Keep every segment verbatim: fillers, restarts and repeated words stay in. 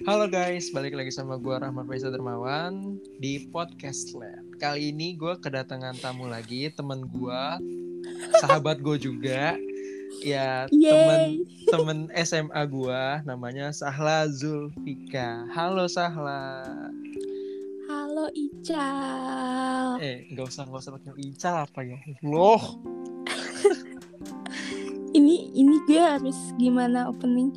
Halo guys, balik lagi sama gue Rahmat Faisal Dermawan di Podcast Land. Kali ini gue kedatangan tamu lagi, temen gue, sahabat gue juga. Ya, temen Yeay. temen S M A gue, namanya Sahla Zulfika. Halo Sahla. Halo Ical. Eh, nggak usah nggak usah pakai Ical apa ya? Loh. Ini ini gue harus gimana opening?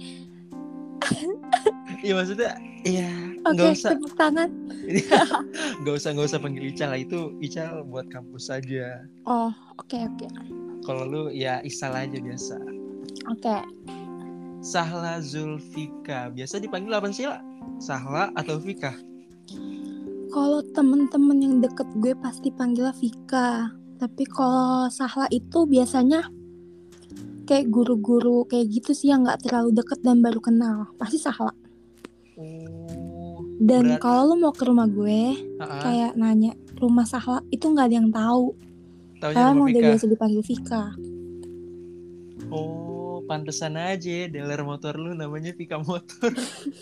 Iya maksudnya, iya Oke, nggak usah. tepuk tangan. Nggak usah nggak usah panggil Ical lah, itu Ical buat kampus saja. Oh, oke oke. Kalau lu ya Isal aja biasa. Oke. Sahla Zulfika. Biasa dipanggil apa sih, lah? Sahla atau Fika? Kalau temen-temen yang deket gue pasti panggilnya Vika. Tapi kalau Sahla itu biasanya kayak guru-guru kayak gitu sih yang nggak terlalu deket dan baru kenal. Pasti Sahla. Oh. Dan berat- kalau lu mau ke rumah gue, Ha-ha. kayak nanya rumah Sahla itu nggak ada yang tahu. Taunya Karena rumah emang udah Fika. biasa dipanggil Vika. Oh, pantesan aja dealer motor lu namanya Fika Motor.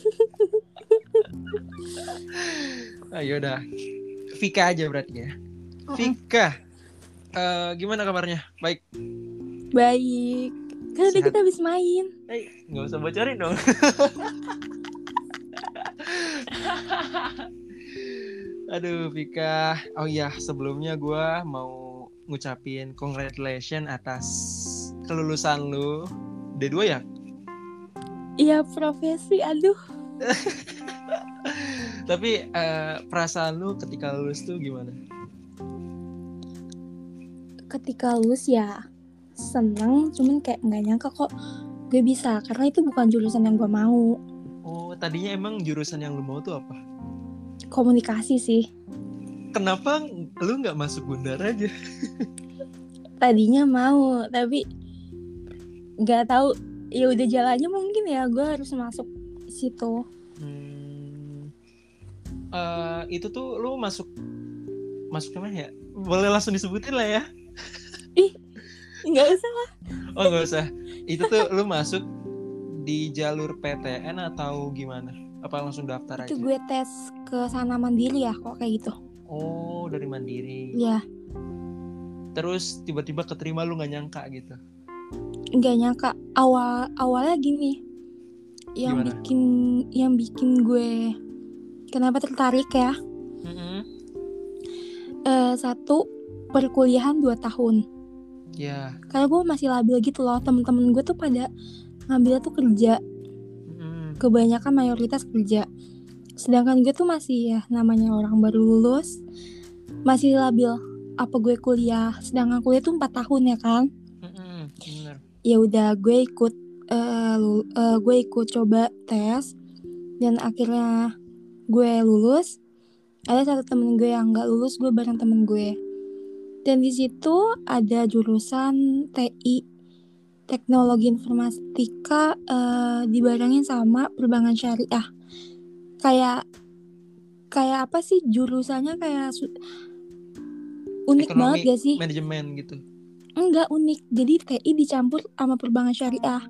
Ah, yaudah. Fika aja berarti ya. Uh-uh. Fika. Eh, gimana kabarnya? Baik. Baik. Kan udah Sehat. kita habis main. Eh, nggak usah bocorin dong. Aduh, Vika. Oh iya, sebelumnya gue mau ngucapin congratulations atas kelulusan lu. D dua ya? Iya, profesi. Aduh. Tapi eh, perasaan lu ketika lulus tuh gimana? Ketika lulus ya seneng, cuman kayak nggak nyangka kok gue bisa, karena itu bukan jurusan yang gue mau. Oh, tadinya emang jurusan yang lu mau tuh apa? Komunikasi sih. Kenapa lu nggak masuk Bundar aja? Tadinya mau, tapi nggak tahu. Ya udah jalannya mungkin ya gue harus masuk situ. Hmm, uh, itu tuh lu masuk masuk kemana ya? Boleh langsung disebutin lah ya? Ih, nggak usah lah. Oh nggak usah. Itu tuh lu masuk di jalur P T N atau gimana? Apa langsung daftar Itu aja? gue tes ke sana mandiri ya kok kayak gitu. Oh, dari mandiri. Iya. Terus tiba-tiba keterima, lu nggak nyangka gitu? Nggak nyangka. Awal awalnya gini. Yang Gimana? bikin yang bikin gue kenapa tertarik ya? Mm-hmm. Uh, satu, perkuliahan dua tahun. Ya. Yeah. Karena gue masih labil gitu loh. Temen-temen gue tuh pada ngambilnya tuh kerja. Mm-hmm. Kebanyakan mayoritas kerja. Sedangkan gue tuh masih ya namanya orang baru lulus, masih labil. Apa gue kuliah? Sedangkan kuliah tuh empat tahun ya kan? Mm-hmm. Bener. Ya udah gue ikut uh, uh, gue ikut coba tes dan akhirnya gue lulus. Ada satu temen gue yang nggak lulus, gue bareng temen gue. Dan di situ ada jurusan T I, Teknologi Informatika, uh, dibarengin sama Perbankan Syariah. Kayak kayak apa sih jurusannya, kayak su- unik Ekonomi, banget gak sih? Manajemen gitu. Enggak unik, jadi T I dicampur sama Perbankan Syariah.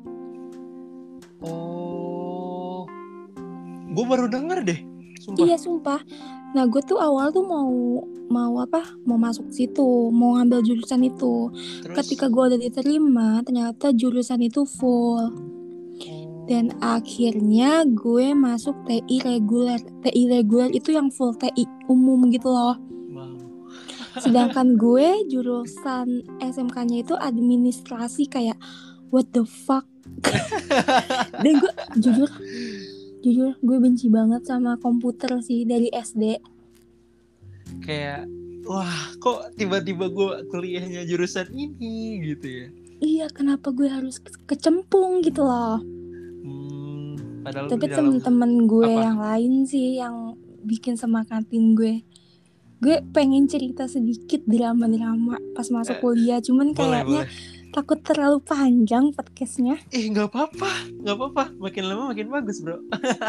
Oh, gue baru denger deh. Sumpah. Iya sumpah. Nah gue tuh awal tuh mau mau apa? Mau masuk situ, mau ngambil jurusan itu. Terus? Ketika gue udah diterima, ternyata jurusan itu full. Oh. Dan akhirnya gue masuk T I reguler. T I reguler itu yang full T I umum gitu loh. Wow. Sedangkan gue jurusan S M K-nya itu administrasi, kayak what the fuck. Dan gue jujur Jujur gue benci banget sama komputer sih dari S D. Kayak wah, kok tiba-tiba gue kuliahnya jurusan ini gitu ya. Iya, kenapa gue harus kecempung gitu loh. Hmm, padahal Tapi dalam... temen-temen gue apa? yang lain sih yang bikin semangatin gue. Gue pengen cerita sedikit drama-drama pas masuk kuliah, cuman boleh, kayaknya boleh. takut terlalu panjang podcastnya. Eh nggak apa-apa, nggak apa-apa. Makin lama makin bagus bro.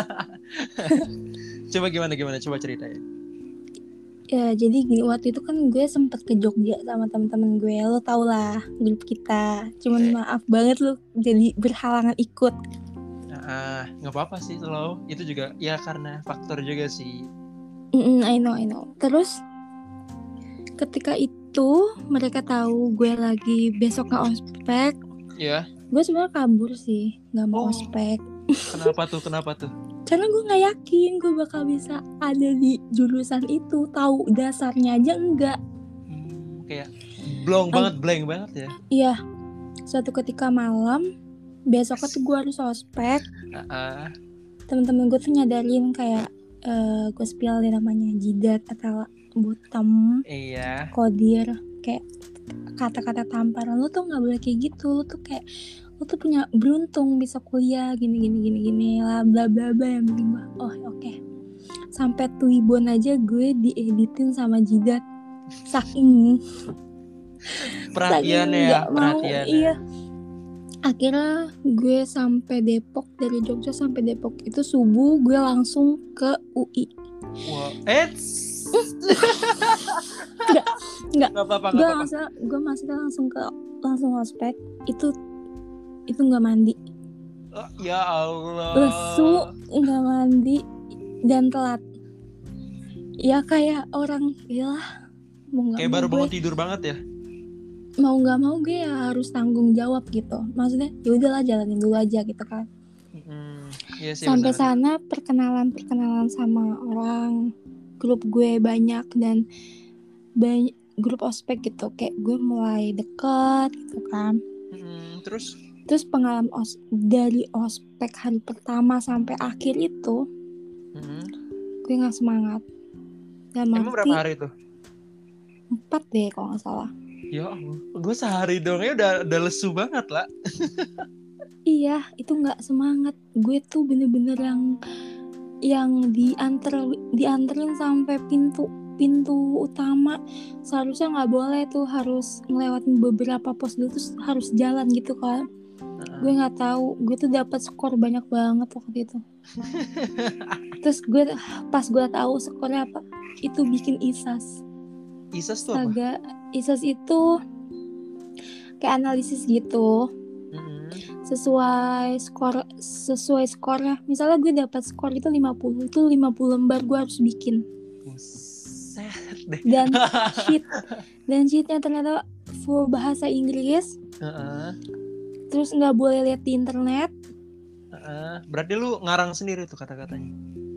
Coba gimana gimana, coba ceritain. Ya jadi gini, waktu itu kan gue sempet ke Jogja sama temen-temen gue, lo tau lah grup kita. Cuman Eh. maaf banget lo jadi berhalangan ikut. Ah, nggak apa-apa sih slow. Itu juga ya karena faktor juga sih. Mm-mm, I know, I know. Terus ketika itu mereka tahu gue lagi besok nggak ospek, Ya. gue sebenarnya kabur sih, nggak mau Oh. ospek. Kenapa tuh? Kenapa tuh? Karena gue nggak yakin gue bakal bisa ada di jurusan itu, tahu dasarnya aja enggak. Hmm, kayak blong banget, blank banget ya. Iya. Suatu ketika malam, besoknya tuh gue harus ospek. Uh-uh. Temen-temen gue tuh nyadarin kayak uh, gue spill namanya jidat atau butem, Iya. kodir, kayak kata-kata tamparan. Lu tuh nggak boleh kayak gitu. Lu tuh kayak lu tuh punya beruntung bisa kuliah gini gini gini gini lah bla bla bla yang penting gue. Oh oke. Okay. Sampai Twibbon aja gue dieditin sama jidat. Saking perhatian saking ya, nggak mau. perhatian. Iya. Akhirnya gue sampai Depok, dari Jogja sampai Depok itu subuh gue langsung ke U I. Wow, it's nggak nggak nggak apa-apa, gue nggak apa-apa. masih gue masih langsung ke langsung ospek itu itu nggak mandi. Oh, ya Allah. Lesu, nggak mandi dan telat. Ya kayak orang ya mau nggak kayak mau baru gue bangun tidur banget ya. mau nggak mau gue ya harus tanggung jawab gitu. Maksudnya ya udahlah jalanin dulu aja gitu kan. Hmm, iya sih, Sampai benar. sana perkenalan perkenalan sama orang, grup gue banyak dan banyak grup ospek gitu, kayak gue mulai deket gitu kan. Hmm, terus terus pengalaman os dari ospek hari pertama sampai akhir itu hmm. gue nggak semangat. Dan Emang berapa hari tuh? Empat deh kalau nggak salah. Ya gue sehari dong ya udah udah lesu banget lah. Iya, itu nggak semangat. Gue tuh bener-bener yang yang dianter dianterin sampai pintu pintu utama. Seharusnya nggak boleh tuh, harus ngelewatin beberapa pos dulu terus harus jalan gitu kan. Uh-uh. Gue nggak tahu, gue tuh dapat skor banyak banget waktu itu. Terus gue pas gue tahu skornya apa, itu bikin isas. Isas tuh apa? Isas itu kayak analisis gitu. Mm-hmm. Sesuai skor sesuai skornya. Misalnya gue dapat skor itu lima puluh, itu lima puluh lembar gue harus bikin. Buset deh. Dan sheet dan sheetnya ternyata full bahasa Inggris. Uh-uh. Terus nggak boleh lihat di internet. Uh-uh. Berarti lu ngarang sendiri tuh kata-katanya?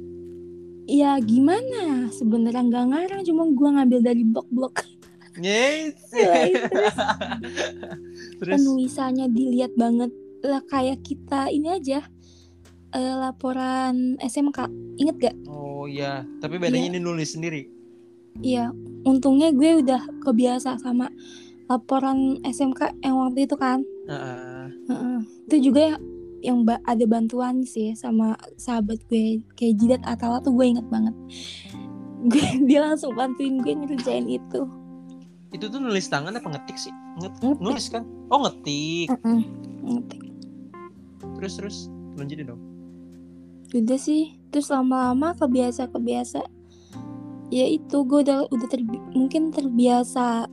Ya gimana? Sebenarnya nggak ngarang, cuma gue ngambil dari blog-blog. Yes. terus, terus penulisannya dilihat banget lah kayak kita ini aja uh, laporan S M K, inget gak? Oh iya, tapi bedanya ya. Ini nulis sendiri. Iya, untungnya gue udah kebiasa sama laporan S M K yang waktu itu kan. Uh-uh. Uh-uh. Itu juga yang ba- ada bantuan sih sama sahabat gue kayak Jidat Atala tuh, gue inget banget. Gue dia langsung bantuin gue ngerjain itu. Itu tuh nulis tangan apa ngetik sih? Nget- ngetik. Nulis kan? Oh ngetik. Uh-uh. Ngetik. Terus terus lanjutin dong. Udah sih, terus lama-lama kebiasa-kebiasa. Ya itu gue udah udah terbi- mungkin terbiasa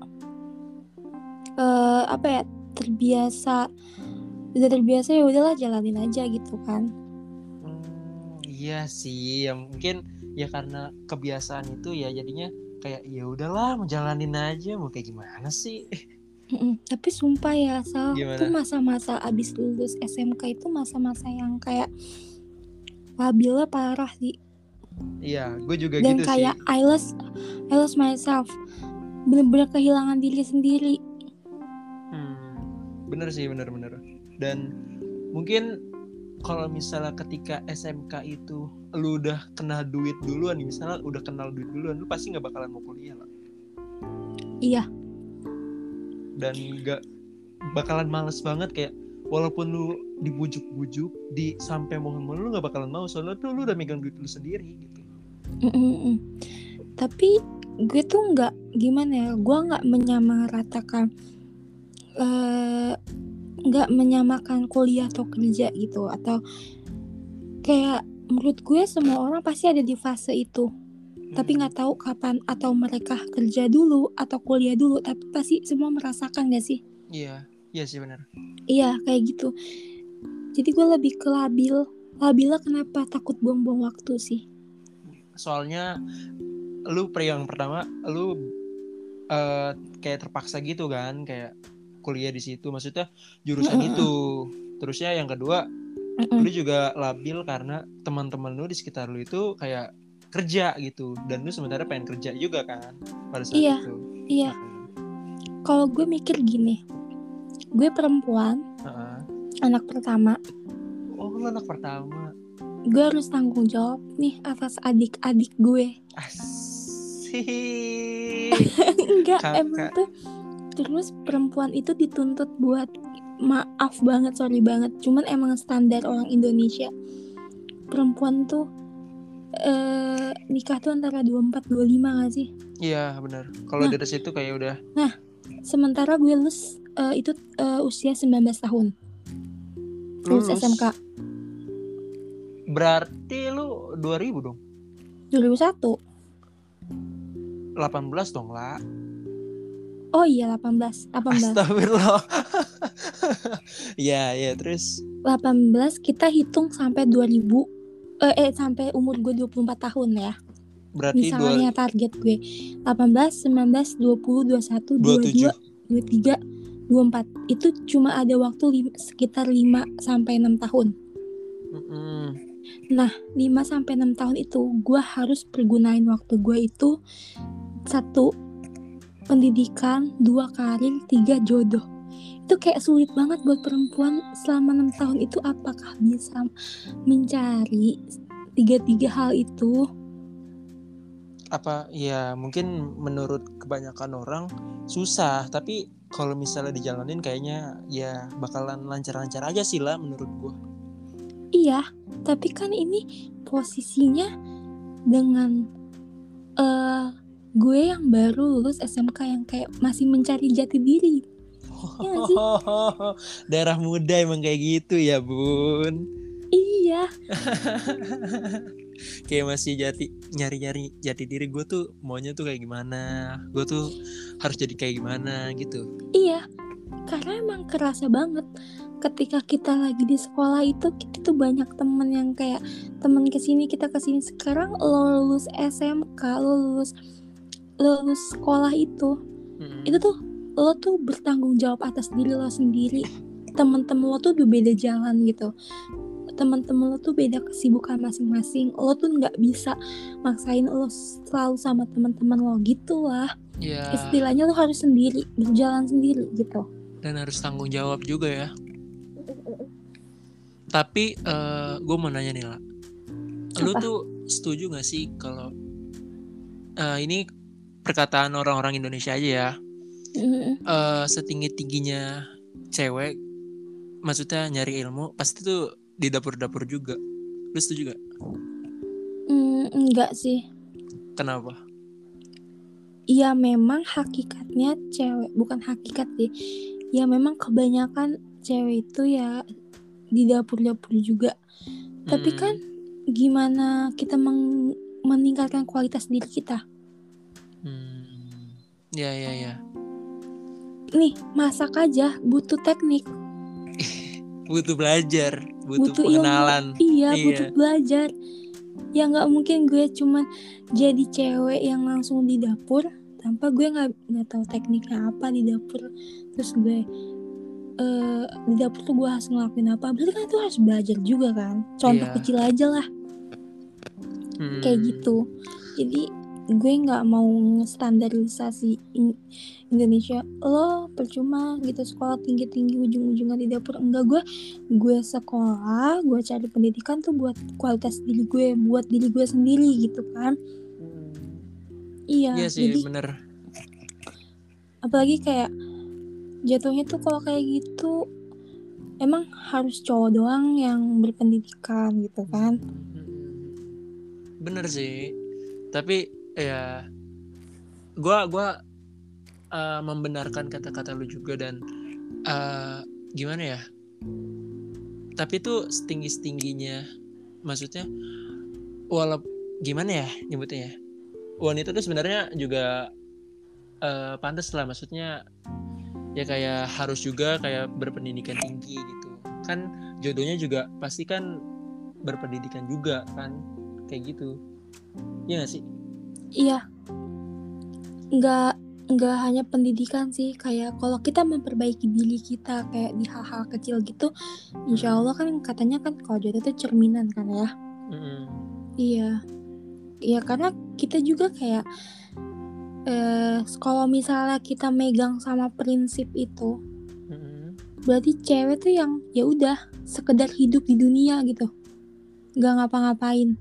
uh, apa ya? Terbiasa udah terbiasa ya udahlah jalanin aja gitu kan. Hmm, iya sih, ya mungkin ya karena kebiasaan itu ya jadinya kayak ya udahlah menjalanin aja, mau kayak gimana sih. Mm-mm. Tapi sumpah ya Sal, itu masa-masa abis lulus S M K itu masa-masa yang kayak labilnya parah sih. Iya, gue juga dan gitu sih. Dan kayak I lost, I lost myself, bener-bener kehilangan diri sendiri. Hmm, bener sih, bener-bener. Dan mungkin kalau misalnya ketika S M K itu lu udah kena duit duluan nih, misalnya udah kenal duit duluan, lu pasti nggak bakalan mau kuliah lah. Iya. Dan nggak bakalan males banget, kayak walaupun lu dibujuk-bujuk, di sampai mohon-mohon, lu nggak bakalan mau, soalnya tuh lu udah megang duit lu sendiri gitu. Mm-mm. Tapi gue tuh nggak gimana ya, gue nggak menyamaratakan uh, nggak menyamakan kuliah atau kerja gitu, atau kayak menurut gue semua orang pasti ada di fase itu, hmm. tapi nggak tahu kapan, atau mereka kerja dulu atau kuliah dulu, tapi pasti semua merasakan gak sih? Iya, iya sih benar. Iya kayak gitu. Jadi gue lebih ke labil Labila kenapa takut buang-buang waktu sih? Soalnya lu pria yang pertama, lu uh, kayak terpaksa gitu kan, kayak kuliah di situ, maksudnya jurusan Mm-mm. itu. Terusnya yang kedua, Mm-mm. lu juga labil karena teman-teman lu di sekitar lu itu kayak kerja gitu, dan lu sementara pengen kerja juga kan pada saat Iya, itu. iya. Kalau gue mikir gini, gue perempuan, Uh-uh. anak pertama. Oh, lu anak pertama. Gue harus tanggung jawab nih atas adik-adik gue. Asik. Enggak, Kakak. emang tuh. Terus perempuan itu dituntut buat, maaf banget, sorry banget, cuman emang standar orang Indonesia, perempuan tuh eh, nikah tuh antara dua puluh empat dua puluh lima gak sih? Iya benar. Kalau Nah, dari situ kayak udah. Nah, sementara gue lulus uh, itu uh, usia sembilan belas tahun. Lulus Lulus S M K. Berarti lu dua ribu dong? dua ribu satu. delapan belas dong lah. Oh iya, delapan belas. delapan belas. Astagfirullah. Ya, ya terus. delapan belas kita hitung sampai dua ribu. Eh, eh sampai umur gue dua puluh empat tahun ya. Berarti Misalnya dua... target gue delapan belas, sembilan belas, dua puluh, dua puluh satu, dua dua puluh puluh tujuh. dua, dua puluh tiga, dua puluh empat. Itu cuma ada waktu li- sekitar lima sampai enam tahun. Mm-mm. Nah, lima sampai enam tahun itu gue harus pergunain waktu gue itu satu, pendidikan, dua, karir, tiga, jodoh. Itu kayak sulit banget buat perempuan selama enam tahun itu. Apakah bisa mencari tiga-tiga hal itu? Apa ya, mungkin menurut kebanyakan orang susah, tapi kalau misalnya dijalanin kayaknya ya bakalan lancar-lancar aja sih lah menurut gue. Iya, tapi kan ini posisinya dengan uh, gue yang baru lulus S M K yang kayak masih mencari jati diri. Ya gak sih? Daerah muda emang kayak gitu ya bun. Iya. Kayak masih jati nyari-nyari jati diri, gue tuh maunya tuh kayak gimana, gue tuh harus jadi kayak gimana gitu. Iya, karena emang kerasa banget ketika kita lagi di sekolah itu, kita tuh banyak temen yang kayak temen kesini kita kesini. Sekarang lo lulus S M K, lo lulus lo lulus sekolah itu, hmm. itu tuh lo tuh bertanggung jawab atas diri lo sendiri. Temen-temen lo tuh udah beda jalan gitu. Teman-teman lo tuh beda kesibukan masing-masing. Lo tuh nggak bisa maksain lo selalu sama teman-teman lo gitu lah. Ya. Istilahnya lo harus sendiri, berjalan sendiri gitu. Dan harus tanggung jawab juga ya. Tapi uh, gue mau nanya nih lah, lo tuh setuju nggak sih kalau uh, ini perkataan orang-orang Indonesia aja ya, mm-hmm. uh, setinggi-tingginya cewek, maksudnya nyari ilmu pasti tuh di dapur-dapur juga. Lu setuju gak? Mm, enggak sih. Kenapa? Ya memang hakikatnya cewek, bukan hakikat sih. Ya memang kebanyakan cewek itu ya di dapur-dapur juga. Hmm. Tapi kan gimana kita meng- meningkatkan kualitas diri kita? Hmm. Ya ya ya. Nih, masak aja butuh teknik. Butuh belajar, butuh, butuh pengenalan. Ilmu. Iya, iya, butuh belajar. Ya nggak mungkin gue cuman jadi cewek yang langsung di dapur tanpa gue nggak nggak tahu tekniknya apa di dapur. Terus gue uh, di dapur tuh gue harus ngelakuin apa? Berarti kan itu harus belajar juga kan. Contoh iya. Kecil aja lah. Hmm. Kayak gitu. Jadi gue nggak mau standarisasi Indonesia. Lo percuma gitu sekolah tinggi-tinggi ujung-ujungnya di dapur. Enggak, gue gue sekolah, gue cari pendidikan tuh buat kualitas diri gue, buat diri gue sendiri gitu kan. Hmm. Iya, iya sih, jadi bener. Apalagi kayak jatuhnya tuh kalau kayak gitu emang harus cowok doang yang berpendidikan gitu kan. Bener sih. Tapi ya gue gua uh, membenarkan kata-kata lu juga, dan uh, gimana ya, tapi tuh setinggi-setingginya, maksudnya walaupun gimana ya nyebutnya ya, wanita tuh sebenarnya juga uh, pantas lah, maksudnya ya kayak harus juga kayak berpendidikan tinggi gitu kan. Jodohnya juga pasti kan berpendidikan juga kan, kayak gitu. Iya gak sih? Iya, nggak nggak hanya pendidikan sih, kayak kalau kita memperbaiki diri kita kayak di hal-hal kecil gitu, insya Allah kan katanya kan kalau jodoh itu cerminan kan ya. Mm-mm. Iya, iya karena kita juga kayak eh, kalau misalnya kita megang sama prinsip itu, Mm-mm. berarti cewek tuh yang ya udah sekedar hidup di dunia gitu, nggak ngapa-ngapain.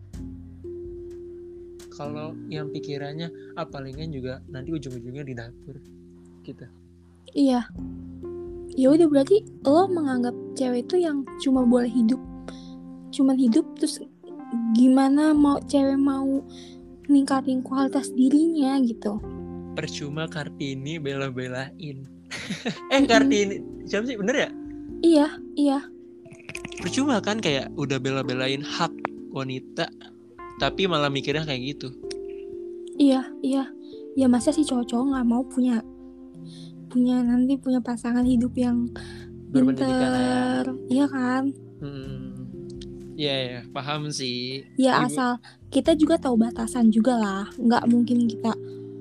Kalau yang pikirannya ah palingan juga nanti ujung-ujungnya di dapur gitu. Iya, ya udah berarti lo menganggap cewek itu yang cuma boleh hidup, cuman hidup terus gimana mau cewek mau ningkatin kualitas dirinya gitu. Percuma Kartini bela-belain. eh Mm-mm. Kartini siapa sih, bener ya? Iya, iya. Percuma kan, kayak udah bela-belain hak wanita tapi malah mikirnya kayak gitu. Iya, iya. Ya masa sih cowok-cowok nggak mau punya punya nanti punya pasangan hidup yang Berpendidikan ya. pinter, iya kan? Hmm. Iya ya, paham sih. Ya Ibu. asal kita juga tahu batasan juga lah. Nggak mungkin kita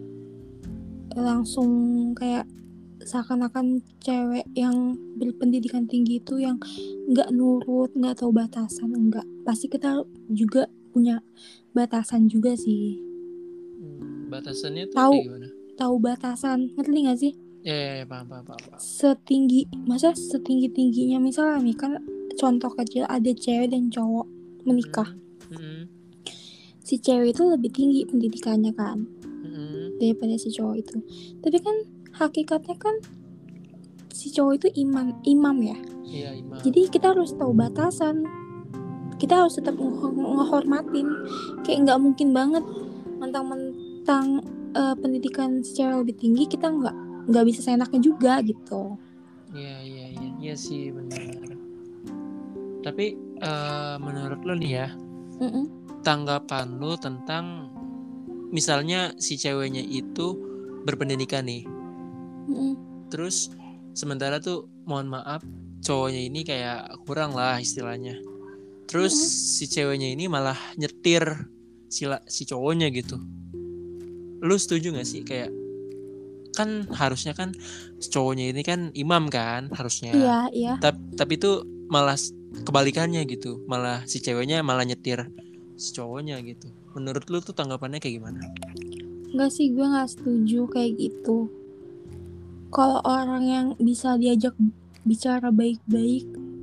langsung kayak seakan-akan cewek yang berpendidikan tinggi itu yang nggak nurut, nggak tahu batasan, enggak. Pasti kita juga punya batasan juga sih. Hmm, batasannya tuh Tahu kayak gimana? tahu batasan, ngerti nggak sih? Ya, ya, ya, paham, paham, paham, paham. Setinggi, masa setinggi tingginya misalnya nih kan contoh kecil ada cewek dan cowok menikah. Hmm. Hmm. Si cewek itu lebih tinggi pendidikannya kan Hmm. daripada si cowok itu. Tapi kan hakikatnya kan si cowok itu imam imam ya. Iya, imam. Jadi kita harus tahu batasan. Kita harus tetap nge- ngehormatin. Kayak nggak mungkin banget mentang-mentang uh, pendidikan si cewek lebih tinggi kita nggak nggak bisa seenaknya juga gitu. Iya, iya, iya, iya sih benar. Tapi uh, menurut lo nih ya, Mm-mm. tanggapan lo tentang misalnya si ceweknya itu berpendidikan nih, Mm-mm. terus sementara tuh mohon maaf cowoknya ini kayak kurang lah istilahnya, terus Mm-mm. si ceweknya ini malah nyetir si, si cowoknya gitu. Lu setuju gak sih, kayak kan harusnya kan cowoknya ini kan imam kan harusnya. Iya, iya. Ta- tapi itu malah kebalikannya gitu, malah si ceweknya malah nyetir si cowoknya gitu. Menurut lu tuh tanggapannya kayak gimana? Enggak sih, gue nggak setuju kayak gitu. Kalau orang yang bisa diajak bicara baik-baik,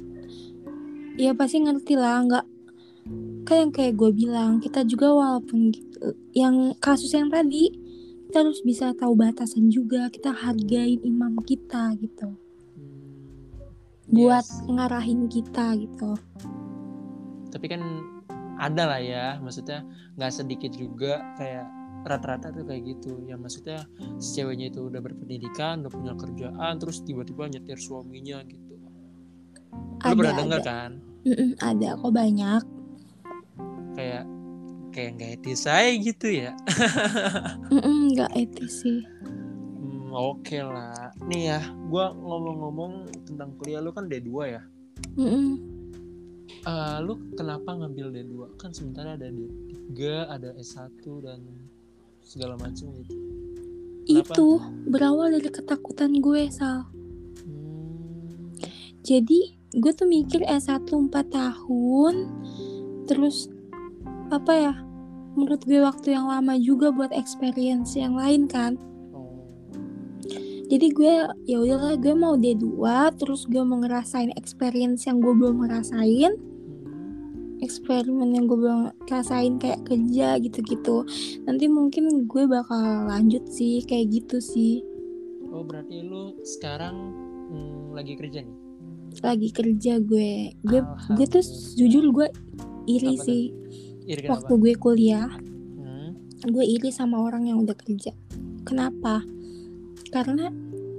ya pasti ngerti lah. Nggak kayak yang kayak gue bilang, kita juga walaupun gitu, yang kasus yang tadi kita harus bisa tahu batasan juga. Kita hargain imam kita gitu, Hmm, buat yes. ngarahin kita gitu. Tapi kan ada lah ya, maksudnya nggak sedikit juga kayak rata-rata tuh kayak gitu. Yang maksudnya si ceweknya itu udah berpendidikan, udah punya kerjaan, terus tiba-tiba nyetir suaminya gitu. Lu Ada, pernah denger ada. kan? Mm-mm, ada kok banyak. Kayak kayak nggak etis aja gitu ya. Mm-mm, nggak etis sih. Hmm, oke okay lah. Nih ya, gue ngomong-ngomong tentang kuliah, lu kan D dua ya. Mm-mm. Uh, lu kenapa ngambil D dua? Kan sementara ada D tiga, ada S satu dan segala macam gitu. Kenapa? Itu berawal dari ketakutan gue, Sal. Hmm. Jadi gue tuh mikir S satu empat tahun, terus apa ya, menurut gue waktu yang lama juga buat experience yang lain kan. Oh. Jadi gue ya udahlah, gue mau D dua, terus gue mau ngerasain experience yang gue belum ngerasain, Hmm. eksperimen yang gue belum rasain kayak kerja gitu-gitu. Nanti mungkin gue bakal lanjut sih kayak gitu sih. Oh berarti lu sekarang hmm, lagi kerja nih? Lagi kerja gue. Gue gue tuh jujur gue iri Apa sih. Iri waktu gue kuliah, hmm? gue iri sama orang yang udah kerja. Kenapa? Karena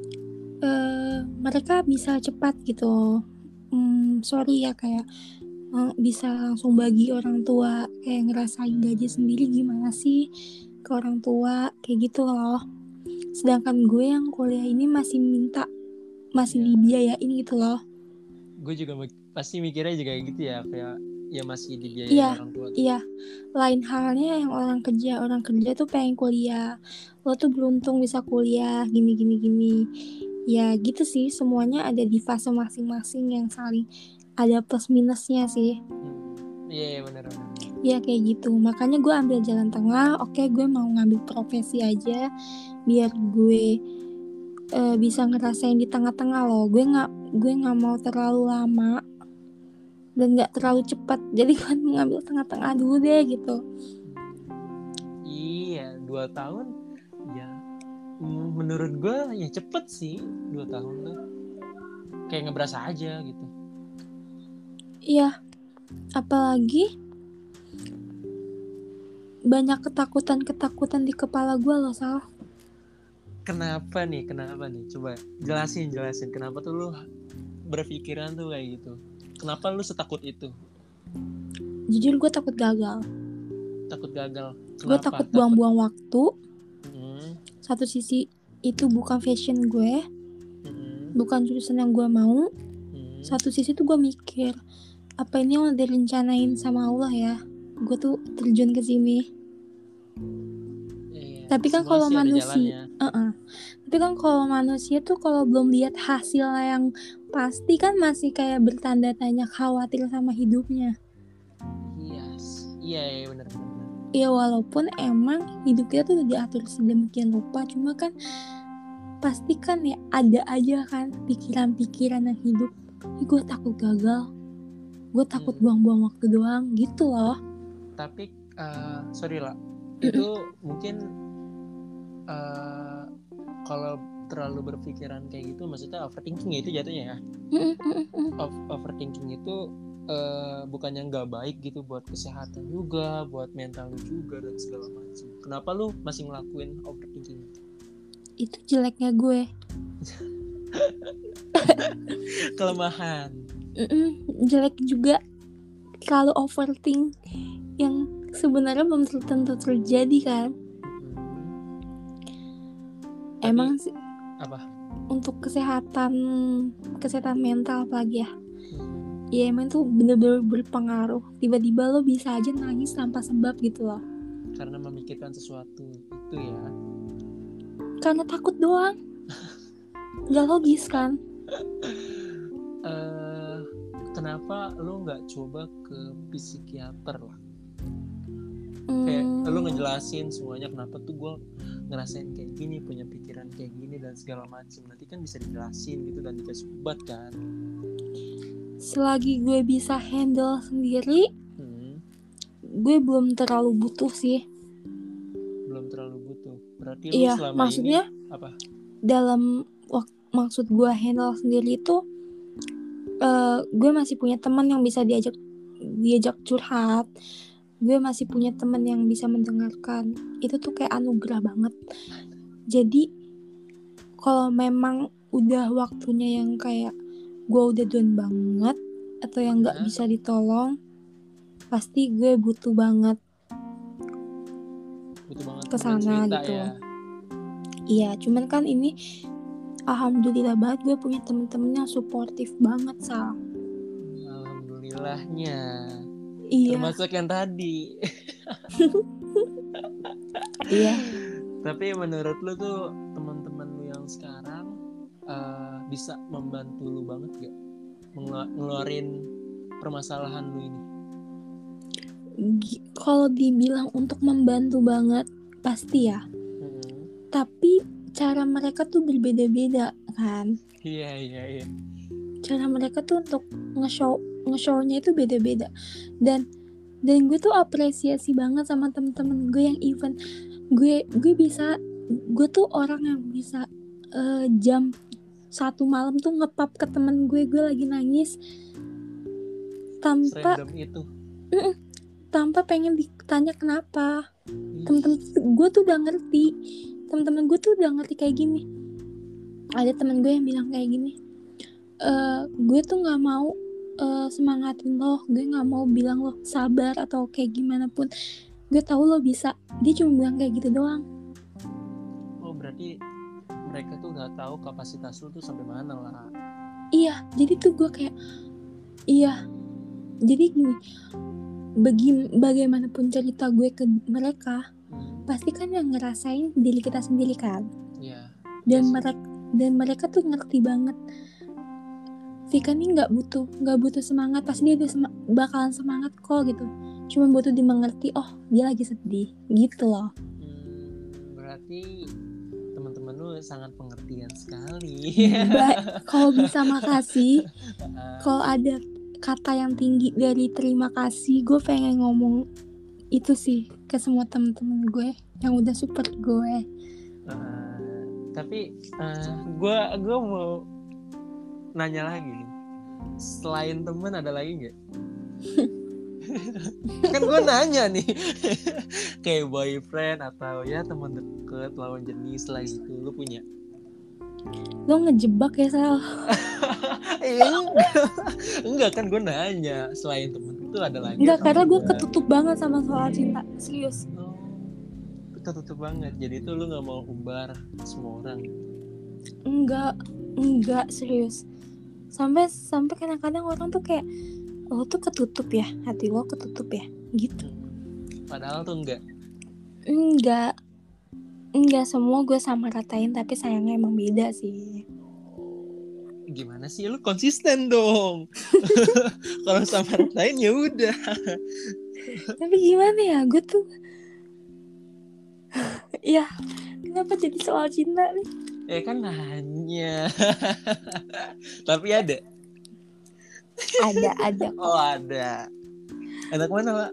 uh, mereka bisa cepat gitu. Hmm, sorry ya kayak uh, bisa langsung bagi orang tua, kayak ngerasain gaji sendiri gimana sih ke orang tua kayak gitu loh. Sedangkan gue yang kuliah ini masih minta, masih Ya. dibiayain gitu loh. Gue juga pasti mikirnya juga gitu ya, kayak ya masih dibiayain Iya, orang tua tuh. iya. Lain halnya yang orang kerja, orang kerja tuh pengen kuliah. Lo tuh beruntung bisa kuliah, gini gini gini. Ya gitu sih, semuanya ada di fase masing-masing yang saling ada plus minusnya sih. Hmm, iya, iya benar benar. Ya kayak gitu. Makanya gue ambil jalan tengah. Oke, gue mau ngambil profesi aja biar gue uh, bisa ngerasain di tengah-tengah loh. Gue nggak gue nggak mau terlalu lama dan nggak terlalu cepat. Jadi gue ngambil tengah-tengah dulu deh gitu. Iya, dua tahun ya menurut gue ya cepet sih dua tahun tuh. Kayak ngeberasa aja gitu. Iya, apalagi banyak ketakutan-ketakutan di kepala gue loh, Sal. Kenapa nih? Kenapa nih? Coba jelasin, jelasin. Kenapa tuh lu berpikiran tuh kayak gitu? Kenapa lu setakut itu? Jujur gue takut gagal. Takut gagal. Gue Kenapa? takut buang-buang waktu. Hmm. Satu sisi itu bukan fashion gue, Hmm. bukan jurusan yang gue mau. Hmm. Satu sisi tuh gue mikir, apa ini yang udah direncanain sama Allah ya? Gue tuh terjun ke sini. Iya, Tapi kan kalau manusia, uh-uh. tapi kan kalau manusia tuh kalau belum lihat hasil yang pasti kan masih kayak bertanda tanya, khawatir sama hidupnya. Yes. Iya, iya benar benar. Ya walaupun emang hidup kita tuh udah diatur sedemikian rupa, cuma kan pasti kan ya ada aja kan pikiran-pikiran yang hidup. Ih, gue takut gagal, gue takut hmm. buang-buang waktu doang gitu loh. Tapi uh, sorry lah, itu mungkin uh, kalau terlalu berpikiran kayak gitu, maksudnya overthinking ya itu jatuhnya ya. o- overthinking itu uh, bukannya nggak baik gitu buat kesehatan juga, buat mental lu juga dan segala macam. Kenapa lu masih ngelakuin overthinking? Itu jeleknya gue. Kelemahan. Mm-mm, jelek juga kalau overthink yang sebenarnya belum tentu terjadi kan. Mm-hmm. Emang sih apa untuk kesehatan kesehatan mental apalagi ya, ya emang tuh bener-bener berpengaruh. Tiba-tiba lo bisa aja nangis tanpa sebab gitu loh, karena memikirkan sesuatu itu ya, karena takut doang. Gak logis kan. uh, kenapa lo nggak coba ke psikiater lah? hmm. Kayak lo ngejelasin semuanya, kenapa tuh gue ngerasain kayak gini, punya pikiran kayak gini dan segala macam. Nanti kan bisa dijelasin gitu dan dikasih obat kan. Selagi gue bisa handle sendiri, hmm. gue belum terlalu butuh sih. Belum terlalu butuh. Berarti lu iya, selama maksudnya ini apa? Dalam wak- maksud gue handle sendiri itu uh, gue masih punya teman yang bisa diajak diajak curhat. Gue masih punya teman yang bisa mendengarkan. Itu tuh kayak anugerah banget. Jadi kalau memang udah waktunya yang kayak gue udah down banget atau yang nggak bisa ditolong, pasti gue butuh banget butuh banget kesana gitu ya. Iya, cuman kan ini alhamdulillah banget gue punya temen-temen yang suportif banget, Sal. Alhamdulillahnya. Iya. Termasuk yang tadi. Iya. Tapi menurut lu tuh teman-teman lu yang sekarang uh, bisa membantu lu banget gak Ngelu- ngeluarin permasalahan lu ini? G- kalau dibilang untuk membantu banget pasti ya. Hmm. Tapi cara mereka tuh berbeda-beda kan. Iya iya iya. Cara mereka tuh untuk nge-show nge-shownya itu beda-beda. Dan dan gue tuh apresiasi banget sama temen-temen gue yang even gue gue bisa gue tuh orang yang bisa uh, jam satu malam tuh ngepap ke temen gue gue lagi nangis tanpa itu. Uh, tanpa pengen ditanya kenapa. Temen-temen gue tuh udah ngerti, temen-temen gue tuh udah ngerti kayak gini. Ada temen gue yang bilang kayak gini, e, gue tuh nggak mau uh, semangatin lo, gue nggak mau bilang lo sabar atau kayak gimana pun, gue tahu lo bisa. Dia cuma bilang kayak gitu doang. Oh berarti mereka tuh udah tahu kapasitas lo tuh sampai mana lah. Iya, jadi tuh gue kayak iya jadi gini, bagi bagaimanapun cerita gue ke mereka, Hmm. pasti kan yang ngerasain diri kita sendiri kan. Iya. Dan Iya sih. mereka dan mereka tuh ngerti banget. Vika nih nggak butuh nggak butuh semangat, pasti dia udah sema- bakalan semangat kok gitu. Cuma butuh dimengerti, oh dia lagi sedih gitu loh. Hmm, berarti teman-teman lu sangat pengertian sekali. Ba- kalau bisa makasih, Ah, kalau ada kata yang tinggi dari terima kasih, gue pengen ngomong itu sih ke semua temen-temen gue yang udah support gue. ah. Tapi eh, gue gue mau nanya lagi nih. Selain temen ada lagi nggak? Kan gue nanya nih. Kayak boyfriend atau ya teman deket lawan jenis lah gitu. Lu punya? Lo ngejebak ya Sal? Eh, enggak. Enggak kan gue nanya. Selain temen itu ada lagi Enggak, atau karena gue enggak? ketutup banget sama soal cinta, serius. Oh, ketutup banget. Jadi itu lu nggak mau umbar semua orang. Enggak, enggak serius. Sampai sampai kadang-kadang orang tuh kayak, lo tuh ketutup ya, hati lo ketutup ya, gitu. Padahal tuh enggak. Enggak, enggak semua gue sama ratain, tapi sayangnya emang beda sih. Gimana sih, lu konsisten dong. Kalau sama orang lain ya udah. Tapi gimana ya, gue tuh, ya kenapa jadi soal cinta nih? Eh kan nanya. Tapi ada. Ada, ada kok. Oh ada. Anak mana Pak?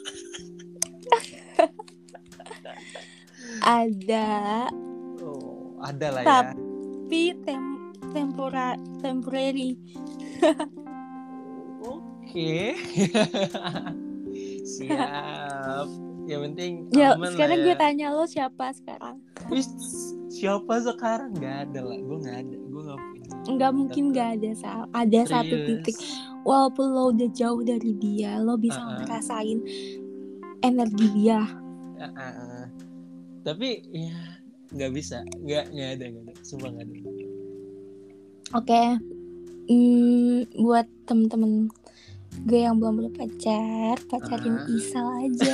Ada. Oh ada lah ya. Tapi tem tempora temporary. Oke. Siap. Yang penting Ya aman lah sekarang ya. gue tanya lo siapa sekarang? Wih, siapa sekarang? Gak ada lah. Gue gak ada. Gue gak punya. Nggak mungkin nggak ada Sal. Ada Serius. satu titik. Walaupun lo udah jauh dari dia, lo bisa Uh-uh. ngerasain energi dia. Uh-uh. Tapi ya nggak bisa, nggak nggak ada nggak ada, sumpah nggak ada. Oke, okay. hmm, buat temen-temen gue yang belum punya pacar, pacarin uh. Isal aja.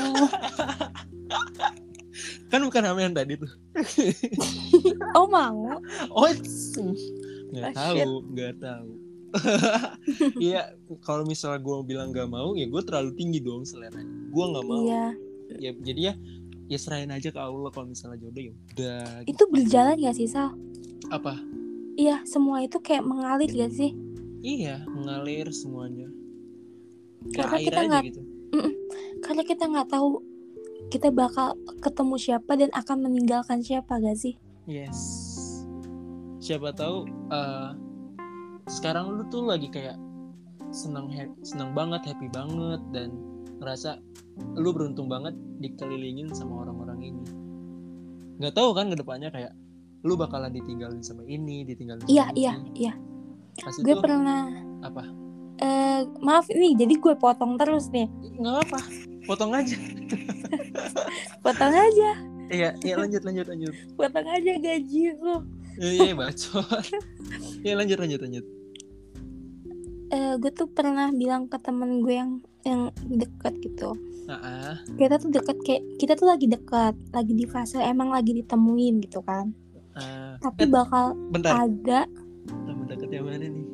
Kan bukan nama yang tadi tuh. Oh mau? Oh nggak oh, tahu, nggak tahu. Iya, kalau misalnya gue bilang nggak mau, ya gue terlalu tinggi dong selera. Gue nggak mau. Iya. Ya jadi ya, ya serahin aja ke Allah kalau misalnya jodoh ya udah. Itu gitu. Berjalan gak sih Sal? Apa? Iya, semua itu kayak mengalir gak sih? Iya, mengalir semuanya. Kayak karena air kita aja gak, gitu. Karena kita nggak tahu kita bakal ketemu siapa dan akan meninggalkan siapa gak sih? Yes. Siapa tahu uh, sekarang lu tuh lagi kayak senang senang banget, happy banget dan ngerasa lu beruntung banget dikelilingin sama orang-orang ini. Nggak tahu kan ke depannya kayak lu bakalan ditinggalin sama ini, ditinggalin sama iya, ini. Iya, iya, iya. Gue pernah apa? Uh, maaf nih, jadi gue potong terus nih. Nggak apa, potong aja. Potong aja. Iya, iya lanjut lanjut lanjut. Potong aja gaji lo. Iya, bacot. Iya lanjut lanjut lanjut. Uh, gue tuh pernah bilang ke temen gue yang yang dekat gitu. Uh-uh. Kita tuh dekat kayak kita tuh lagi dekat, lagi di fase emang lagi ditemuin gitu kan. Uh, Tapi eh, bakal bentar. ada. Temen deket yang mana nih?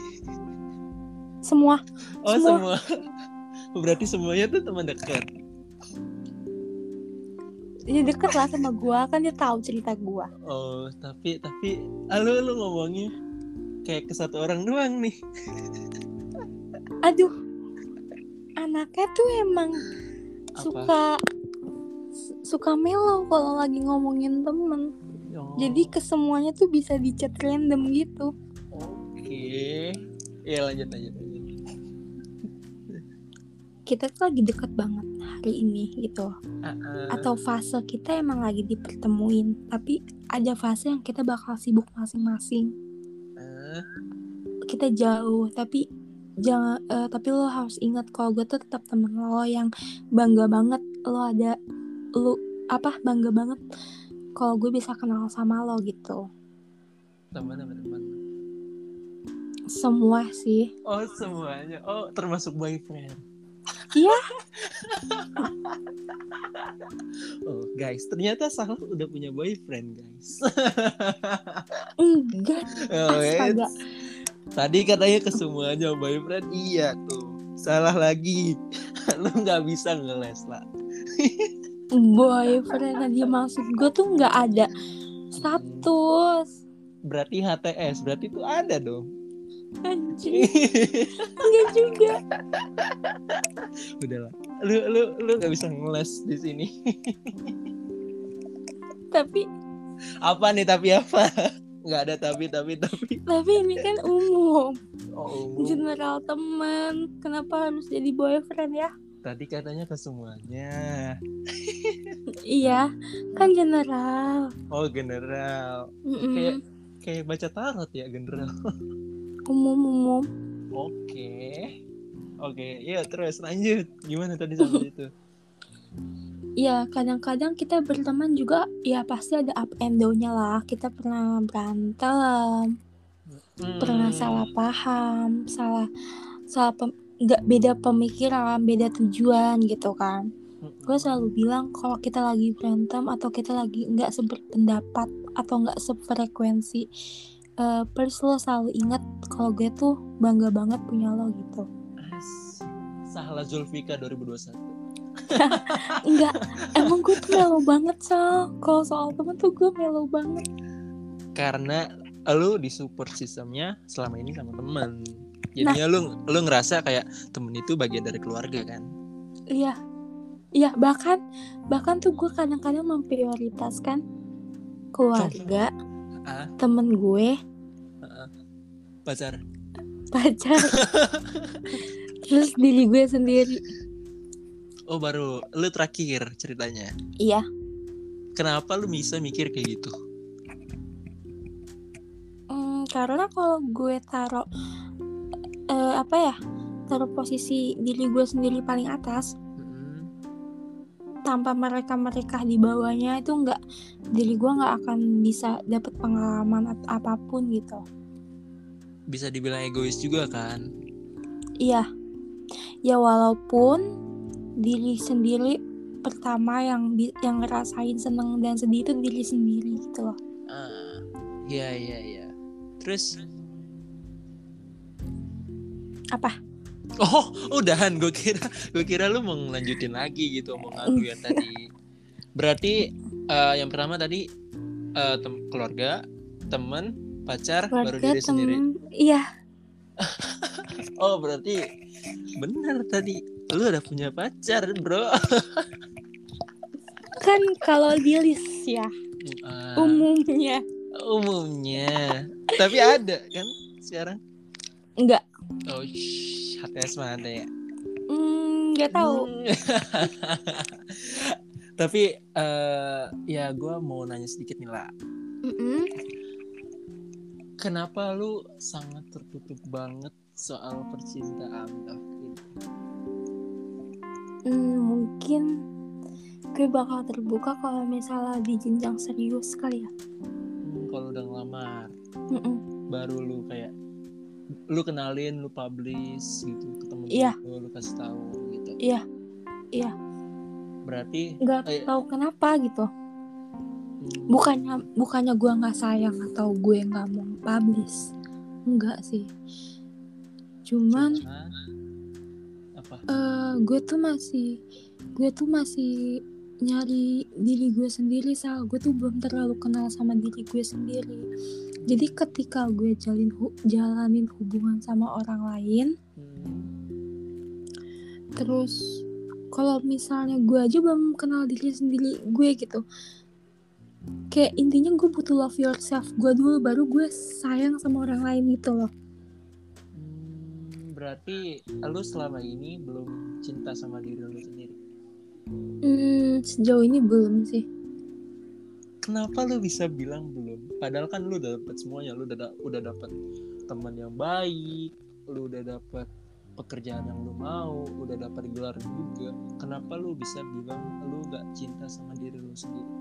Semua. Oh semua. semua. Berarti semuanya tuh teman dekat. Ya deket lah sama gue, kan dia tahu cerita gue. Oh tapi tapi, lu lu ngomongnya kayak ke satu orang doang nih. Aduh, anaknya tuh emang apa? suka suka melo kalau lagi ngomongin temen. Oh. Jadi ke semuanya tuh bisa di-chat random gitu. Oke. Iya lanjut lanjut lanjut. Kita tuh lagi deket banget hari ini gitu. Uh-uh. Atau fase kita emang lagi dipertemuin, tapi ada fase yang kita bakal sibuk masing-masing. Uh. Kita jauh, tapi jangan uh, tapi lo harus ingat kalau gue tuh tetap temen lo yang bangga banget lo ada lo apa bangga banget kalau gue bisa kenal sama lo gitu. Teman apa teman? Semua sih. Oh semuanya. Oh termasuk boyfriend. Iya. Oh guys, ternyata Salah udah punya boyfriend guys. Enggak. Oh, Astaga. it's... Tadi katanya ke semuanya boyfriend. Iya tuh. Salah lagi. Lu nggak bisa ngeles lah. Boyfriend tadi maksud gue tuh nggak ada status. Berarti H T S. Berarti tuh ada dong. Anjir. Enggak juga. Udahlah. Lu lu lu nggak bisa ngeles di sini. Tapi apa nih tapi apa? Nggak ada tapi tapi tapi. Tapi ini kan umum. Oh, umum. General teman. Kenapa harus jadi boyfriend ya? Tadi katanya ke semuanya. Iya, kan general. Oh general. Mm-mm. Kayak kayak baca tarot ya general. Umum-umum. Oke. Oke, ya terus lanjut. Gimana tadi sampai itu? Ya kadang-kadang kita berteman juga ya pasti ada up and down-nya lah. Kita pernah berantem, hmm. pernah salah paham, salah salah pem, nggak beda pemikiran, beda tujuan gitu kan. Hmm. Gue selalu bilang kalau kita lagi berantem atau kita lagi nggak sependapat atau nggak sefrekuensi, uh, first lo selalu ingat kalau gue tuh bangga banget punya lo gitu. Salah Zulfika dua ribu dua puluh satu. Enggak, emang gue tuh melo banget Sal. Kalau soal temen tuh gue melo banget. Karena lu di support sistemnya selama ini sama temen. Jadinya nah, lu lu ngerasa kayak temen itu bagian dari keluarga kan? Iya, iya bahkan bahkan tuh gue kadang-kadang memprioritaskan keluarga, uh, temen gue, uh, pacar, pacar, terus diri gue sendiri. Oh baru lu terakhir ceritanya. Iya. Kenapa lu bisa mikir kayak gitu? Hmm, karena kalau gue taruh uh, apa ya, taruh posisi diri gue sendiri paling atas, hmm. tanpa mereka-mereka di bawahnya itu nggak, diri gue nggak akan bisa dapet pengalaman atau apapun gitu. Bisa dibilang egois juga kan? Iya. Ya walaupun diri sendiri pertama yang yang ngerasain seneng dan sedih itu diri sendiri gitu loh. Ah, iya iya iya. Terus apa? Oh, udahan. Gue kira gue kira lu mau ngelanjutin lagi gitu omongan lu yang tadi. Berarti uh, yang pertama tadi uh, tem- keluarga, teman, pacar, keluarga, baru diri tem- sendiri. Iya. Oh berarti benar tadi lu udah punya pacar bro. Kan kalau di list ya uh, umumnya umumnya tapi ada kan sekarang enggak. Oh shh, H T S mah ada ya. Hmm, nggak tahu. Tapi uh, ya gue mau nanya sedikit nih lah. Mm-mm. Kenapa lu sangat tertutup banget soal percintaan David? Hmm, mungkin gue bakal terbuka kalau misalnya di jenjang serius kali ya. Hmm, kalau udah ngelamar, Mm-mm. baru lu kayak lu kenalin, lu publish gitu ke temen yeah. lu, lu kasih tahu gitu. Iya, iya. Berarti nggak eh, tahu kenapa gitu. Bukannya bukannya gue nggak sayang atau gue nggak mau publish, enggak sih. Cuman Cuma, apa? Uh, gue tuh masih gue tuh masih nyari diri gue sendiri Sal. Gue tuh belum terlalu kenal sama diri gue sendiri. Jadi ketika gue jalin hu- jalanin hubungan sama orang lain, hmm. terus kalau misalnya gue aja belum kenal diri sendiri gue gitu, kayak intinya gue butuh love yourself gue dulu baru gue sayang sama orang lain gitu loh. Hmm, berarti lu selama ini belum cinta sama diri lu sendiri? Hmm, sejauh ini belum sih. Kenapa lu bisa bilang belum? Padahal kan lu udah dapet semuanya, lu udah da- udah dapet teman yang baik, lu udah dapet pekerjaan yang lu mau, udah dapet gelar juga. Kenapa lu bisa bilang lu gak cinta sama diri lu sendiri?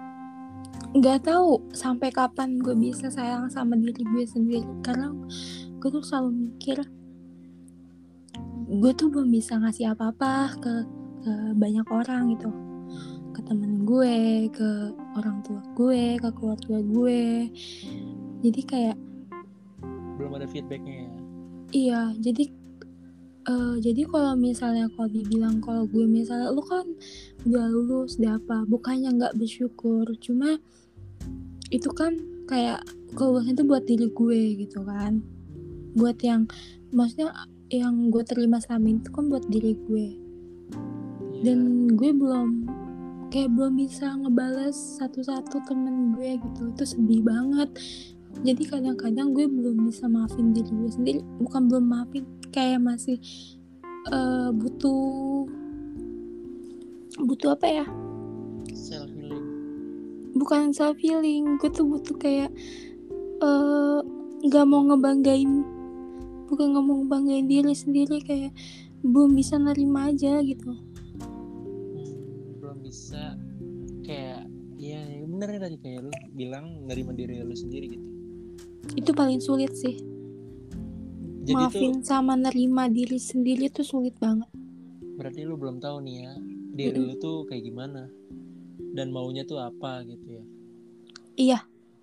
Gak tahu sampai kapan gue bisa sayang sama diri gue sendiri, karena gue tuh selalu mikir gue tuh belum bisa ngasih apa-apa ke, ke banyak orang gitu, ke temen gue, ke orang tua gue, ke keluarga gue. Jadi kayak belum ada feedbacknya ya. Iya, jadi uh, jadi kalau misalnya kalau dibilang kalau gue misalnya lu kan udah lulus, udah apa, bukannya nggak bersyukur, cuma itu kan kayak kelulusan itu buat diri gue gitu kan, buat yang maksudnya yang gue terima selama itu kan buat diri gue. Dan gue belum kayak belum bisa ngebales satu-satu temen gue gitu, itu sedih banget. Jadi kadang-kadang gue belum bisa maafin diri gue sendiri, bukan belum maafin, kayak masih uh, butuh butuh apa ya, self healing. Bukan self healing, gue tuh butuh kayak uh, gak mau ngebanggain, bukan gak mau ngebanggain diri sendiri, kayak belum bisa nerima aja gitu. hmm, belum bisa kayak ya bener tadi kayak lu bilang nerima diri lu sendiri gitu. Itu paling sulit sih. Jadi maafin tuh, sama nerima diri sendiri tuh sulit banget. Berarti lu belum tahu nih ya diri Mm-mm. lu tuh kayak gimana dan maunya tuh apa gitu ya. Iya.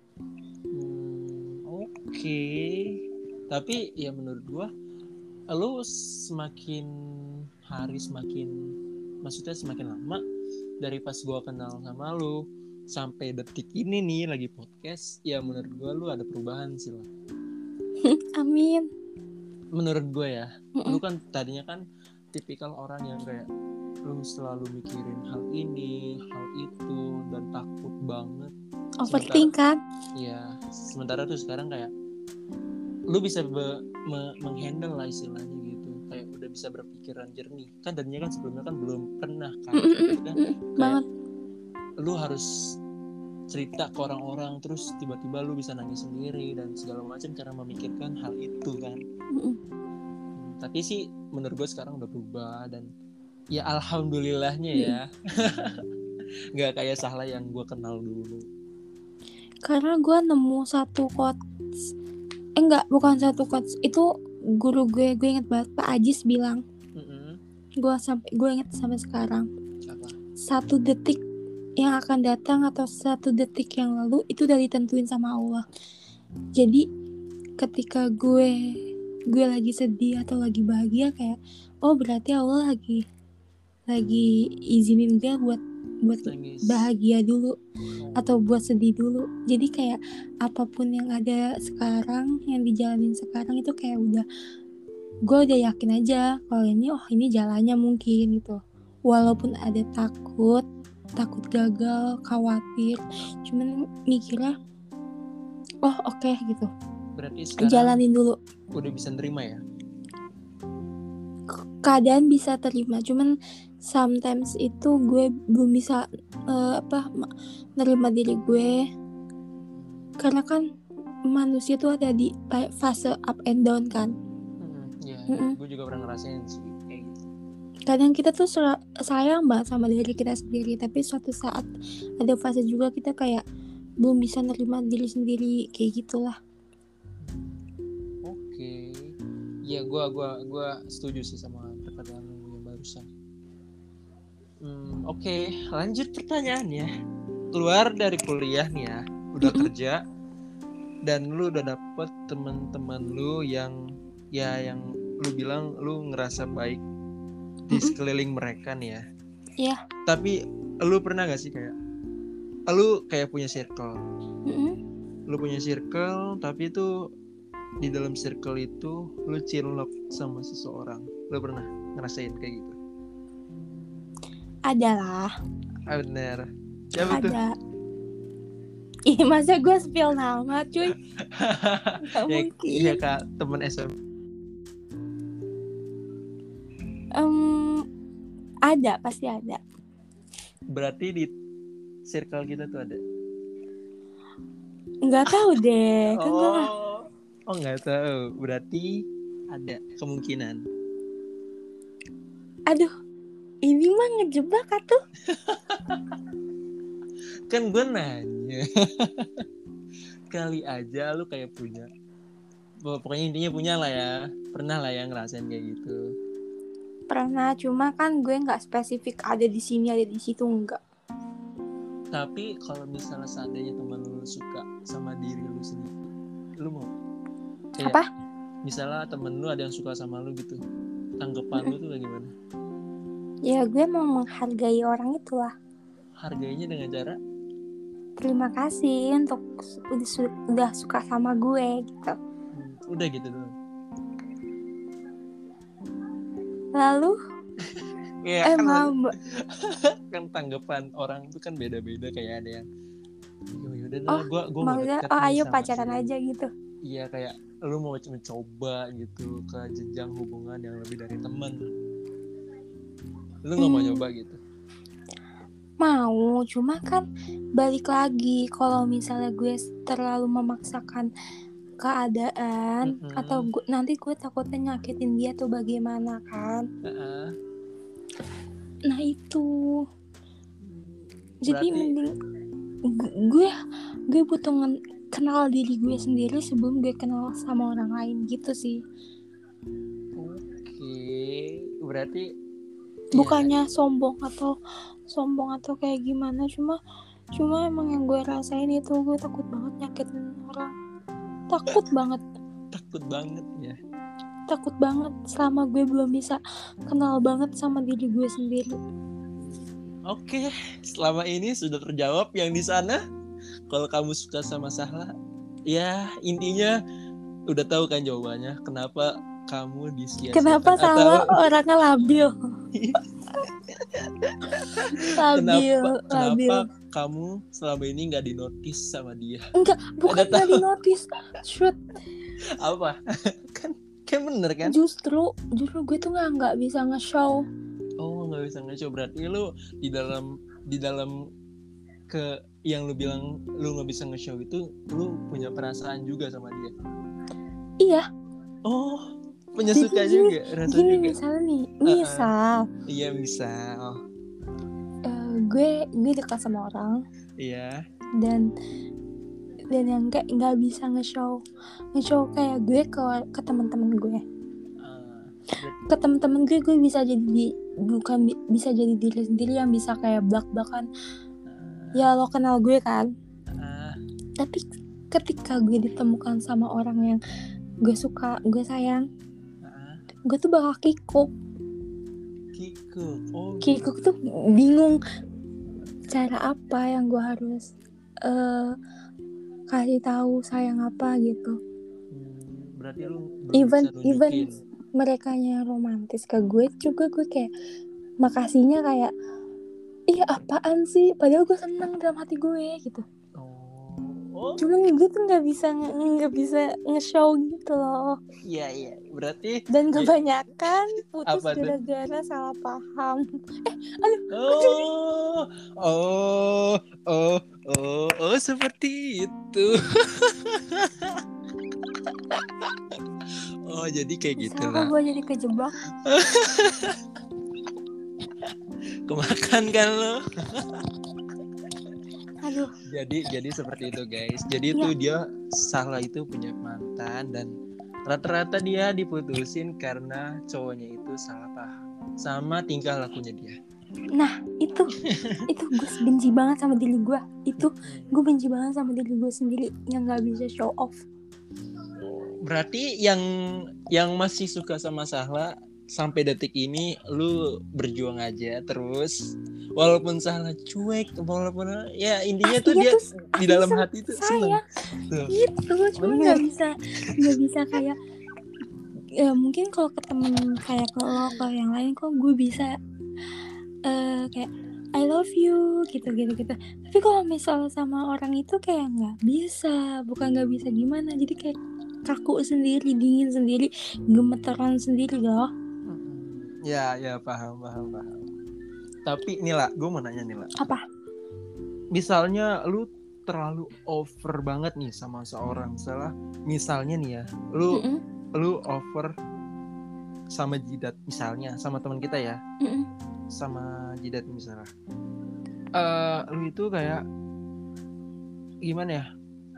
hmm, Oke okay. Tapi ya menurut gua lu semakin hari semakin maksudnya semakin lama dari pas gua kenal sama lu sampai detik ini nih lagi podcast, ya menurut gue lu ada perubahan sih lah. Amin. Menurut gue ya, Mm-mm. lu kan tadinya kan tipikal orang yang kayak lu selalu mikirin hal ini, hal itu, dan takut banget. Overthink kan? Iya, sementara tuh sekarang kayak lu bisa be, me, menghandle lah istilahnya gitu, kayak udah bisa berpikiran jernih. Kan tadinya kan sebelumnya kan belum pernah kan, gitu kan? Kayak banget. Lu harus cerita ke orang-orang terus tiba-tiba lu bisa nangis sendiri dan segala macam karena memikirkan hal itu kan. hmm, tapi sih menurut gue sekarang udah berubah dan ya alhamdulillahnya ya. Nggak kayak Sahla yang gue kenal dulu. Karena gue nemu satu quotes, eh enggak, bukan satu quotes, itu guru gue, gue inget banget Pak Ajis bilang. Mm-hmm. Gue sampai gue inget sampai sekarang. Apa? Satu detik yang akan datang atau satu detik yang lalu itu udah ditentuin sama Allah. Jadi ketika gue gue lagi sedih atau lagi bahagia, kayak oh berarti Allah lagi lagi izinin gue buat buat bahagia dulu atau buat sedih dulu. Jadi kayak apapun yang ada sekarang, yang dijalanin sekarang itu kayak udah gue udah yakin aja kalau ini oh ini jalannya mungkin gitu. Walaupun ada takut takut gagal, khawatir, cuman mikirnya oh oke okay, gitu. Berarti sekarang jalanin dulu. Udah bisa nerima ya? Keadaan bisa terima, cuman sometimes itu gue belum bisa uh, apa nerima diri gue, karena kan manusia tuh ada di fase up and down kan. Hmm, ya, mm-hmm. Gue juga pernah ngerasain sih kayak gitu. Kadang kita tuh sayang banget sama diri kita sendiri, tapi suatu saat ada fase juga kita kayak belum bisa nerima diri sendiri, kayak gitulah. Oke, okay. Ya gue gua gua setuju sih sama perkataan lu yang barusan. Hmm, Oke, okay. Lanjut pertanyaannya. Keluar dari kuliah nih ya, udah mm-hmm. kerja, dan lu udah dapet teman-teman lu yang ya yang lu bilang lu ngerasa baik di sekeliling mereka nih ya. Iya. Yeah. Tapi lu pernah gak sih kayak lu kayak punya circle, mm-hmm. lu punya circle tapi itu di dalam circle itu lu cinlok sama seseorang. Lu pernah ngerasain kayak gitu? Ada lah. Ah, bener. Siapa tuh? Ada. Ih, masa gue spill nama cuy? Gak ya, mungkin. Iya kak, temen S M P. Um, ada, pasti ada. Berarti di circle kita tuh ada? Nggak tahu deh. Oh, kan gua... oh nggak tahu. Berarti ada kemungkinan. Aduh, ini mah ngejebak atuh. Kan gue nanya. Kali aja lu kayak punya Pokoknya intinya punya lah ya, pernah lah ya ngerasain kayak gitu. Pernah, cuma kan gue nggak spesifik ada di sini ada di situ, enggak. Tapi kalau misalnya seandainya teman lu suka sama diri lu sendiri, lu mau? Kayak, Apa? misalnya temen lu ada yang suka sama lu gitu, tanggapan lu tuh bagaimana? Ya gue mau menghargai orang itu lah. Hargainya dengan cara? Terima kasih untuk udah, udah suka sama gue gitu. Hmm, udah gitu doang. Lalu Ya, emang kan, kan tanggapan orang itu kan beda-beda, kayak ada yang yaudah oh gue gue mau maksudnya deket oh nih ayo sama pacaran si. aja gitu. Iya, kayak lu mau mencoba gitu ke jenjang hubungan yang lebih dari teman. Lu nggak mau Hmm, nyoba gitu? mau, cuma kan balik lagi kalau misalnya gue terlalu memaksakan keadaan Mm-mm. atau gu- nanti gue takutnya nyakitin dia tuh bagaimana kan. Uh-uh. Nah itu jadi Berarti mending gu- gue gue butuh ngen- kenal diri gue sendiri sebelum gue kenal sama orang lain gitu sih. oke, berarti Bukannya sombong atau sombong atau kayak gimana, cuma cuma emang yang gue rasain itu gue takut banget nyakitin orang, takut banget. takut banget ya. Takut banget selama gue belum bisa kenal banget sama diri gue sendiri. Oke, selama ini sudah terjawab yang di sana. Kalau kamu suka sama Sahla, ya intinya udah tahu kan jawabannya. Kenapa kamu disia-siakan? Kenapa Sahla atau orangnya labil? labil, kenapa labil. kenapa kamu selama ini nggak dinotis sama dia? Enggak, bukan Ada nggak tahu. di notice. Shoot. Apa? kan kan bener kan? Justru justru gue tuh nggak nggak bisa nge-show. Oh, nggak bisa nge-show. Berarti lu di dalam di dalam ke yang lu bilang lu nggak bisa nge-show itu, lu punya perasaan juga sama dia? Iya. Oh, punya Jadi suka gini, juga, rasa gini juga. misalnya nih, Uh-uh. misal Iya bisa. Oh. uh, gue gue dekat sama orang Iya. dan dan yang kayak nggak bisa nge-show nge-show kayak gue ke ke teman-teman gue. Uh, Ke teman-teman gue gue bisa jadi di, bukan bi- bisa jadi diri sendiri yang bisa kayak blak-blakan. uh, Ya lo kenal gue kan. uh, Tapi ketika gue ditemukan sama orang yang gue suka, gue sayang, uh, gue tuh bakal kikuk. Kikuk. Oh. Kikuk tuh bingung cara apa yang gue harus uh, kasih tahu sayang apa gitu. Hmm, berarti lu belum Even bisa even nunjukin. mereka yang romantis ke gue juga gue kayak makasihnya kayak iya apaan sih, padahal gue seneng dalam hati gue gitu. Oh. Oh. Cuman gue tuh nggak bisa nggak bisa nge-show gitu loh. Iya iya. Berarti. Dan ya, kebanyakan putus apa tuh? gara-gara salah paham. Eh, aduh, Oh, oh, oh, oh, oh, seperti itu. Oh, jadi kayak gitu Kenapa lah. gue jadi kejebak? Kemakan kan lo? Aduh. Jadi jadi seperti itu guys. Jadi Iya. itu dia Sahla itu punya mantan dan rata-rata dia diputusin karena cowoknya itu salah paham sama tingkah lakunya dia. Nah itu itu gue benci banget sama diri gue. Itu gue benci banget sama diri gue sendiri yang nggak bisa show off. Berarti yang yang masih suka sama Sahla sampai detik ini lu berjuang aja terus walaupun Sahla cuek, walaupun ya intinya tuh dia tuh, di dalam hati tuh seneng. Gitu, cuma nggak bisa nggak bisa kayak ya mungkin kalau ke temen kayak ke lo ke yang lain kok gue bisa uh, kayak I love you gitu gitu gitu. Tapi kalau misal sama orang itu kayak nggak bisa, bukan nggak bisa gimana, jadi kayak kaku sendiri, dingin sendiri, gemeteran sendiri loh. Ya ya paham paham paham. Tapi nih lah, gue mau nanya nih lah. Apa? Misalnya lu terlalu over banget nih sama seorang, salah. Misalnya nih ya, lu Mm-mm. lu over sama jidat misalnya, sama teman kita ya. Mm-mm. Sama jidat misalnya. Uh, lu itu kayak gimana ya?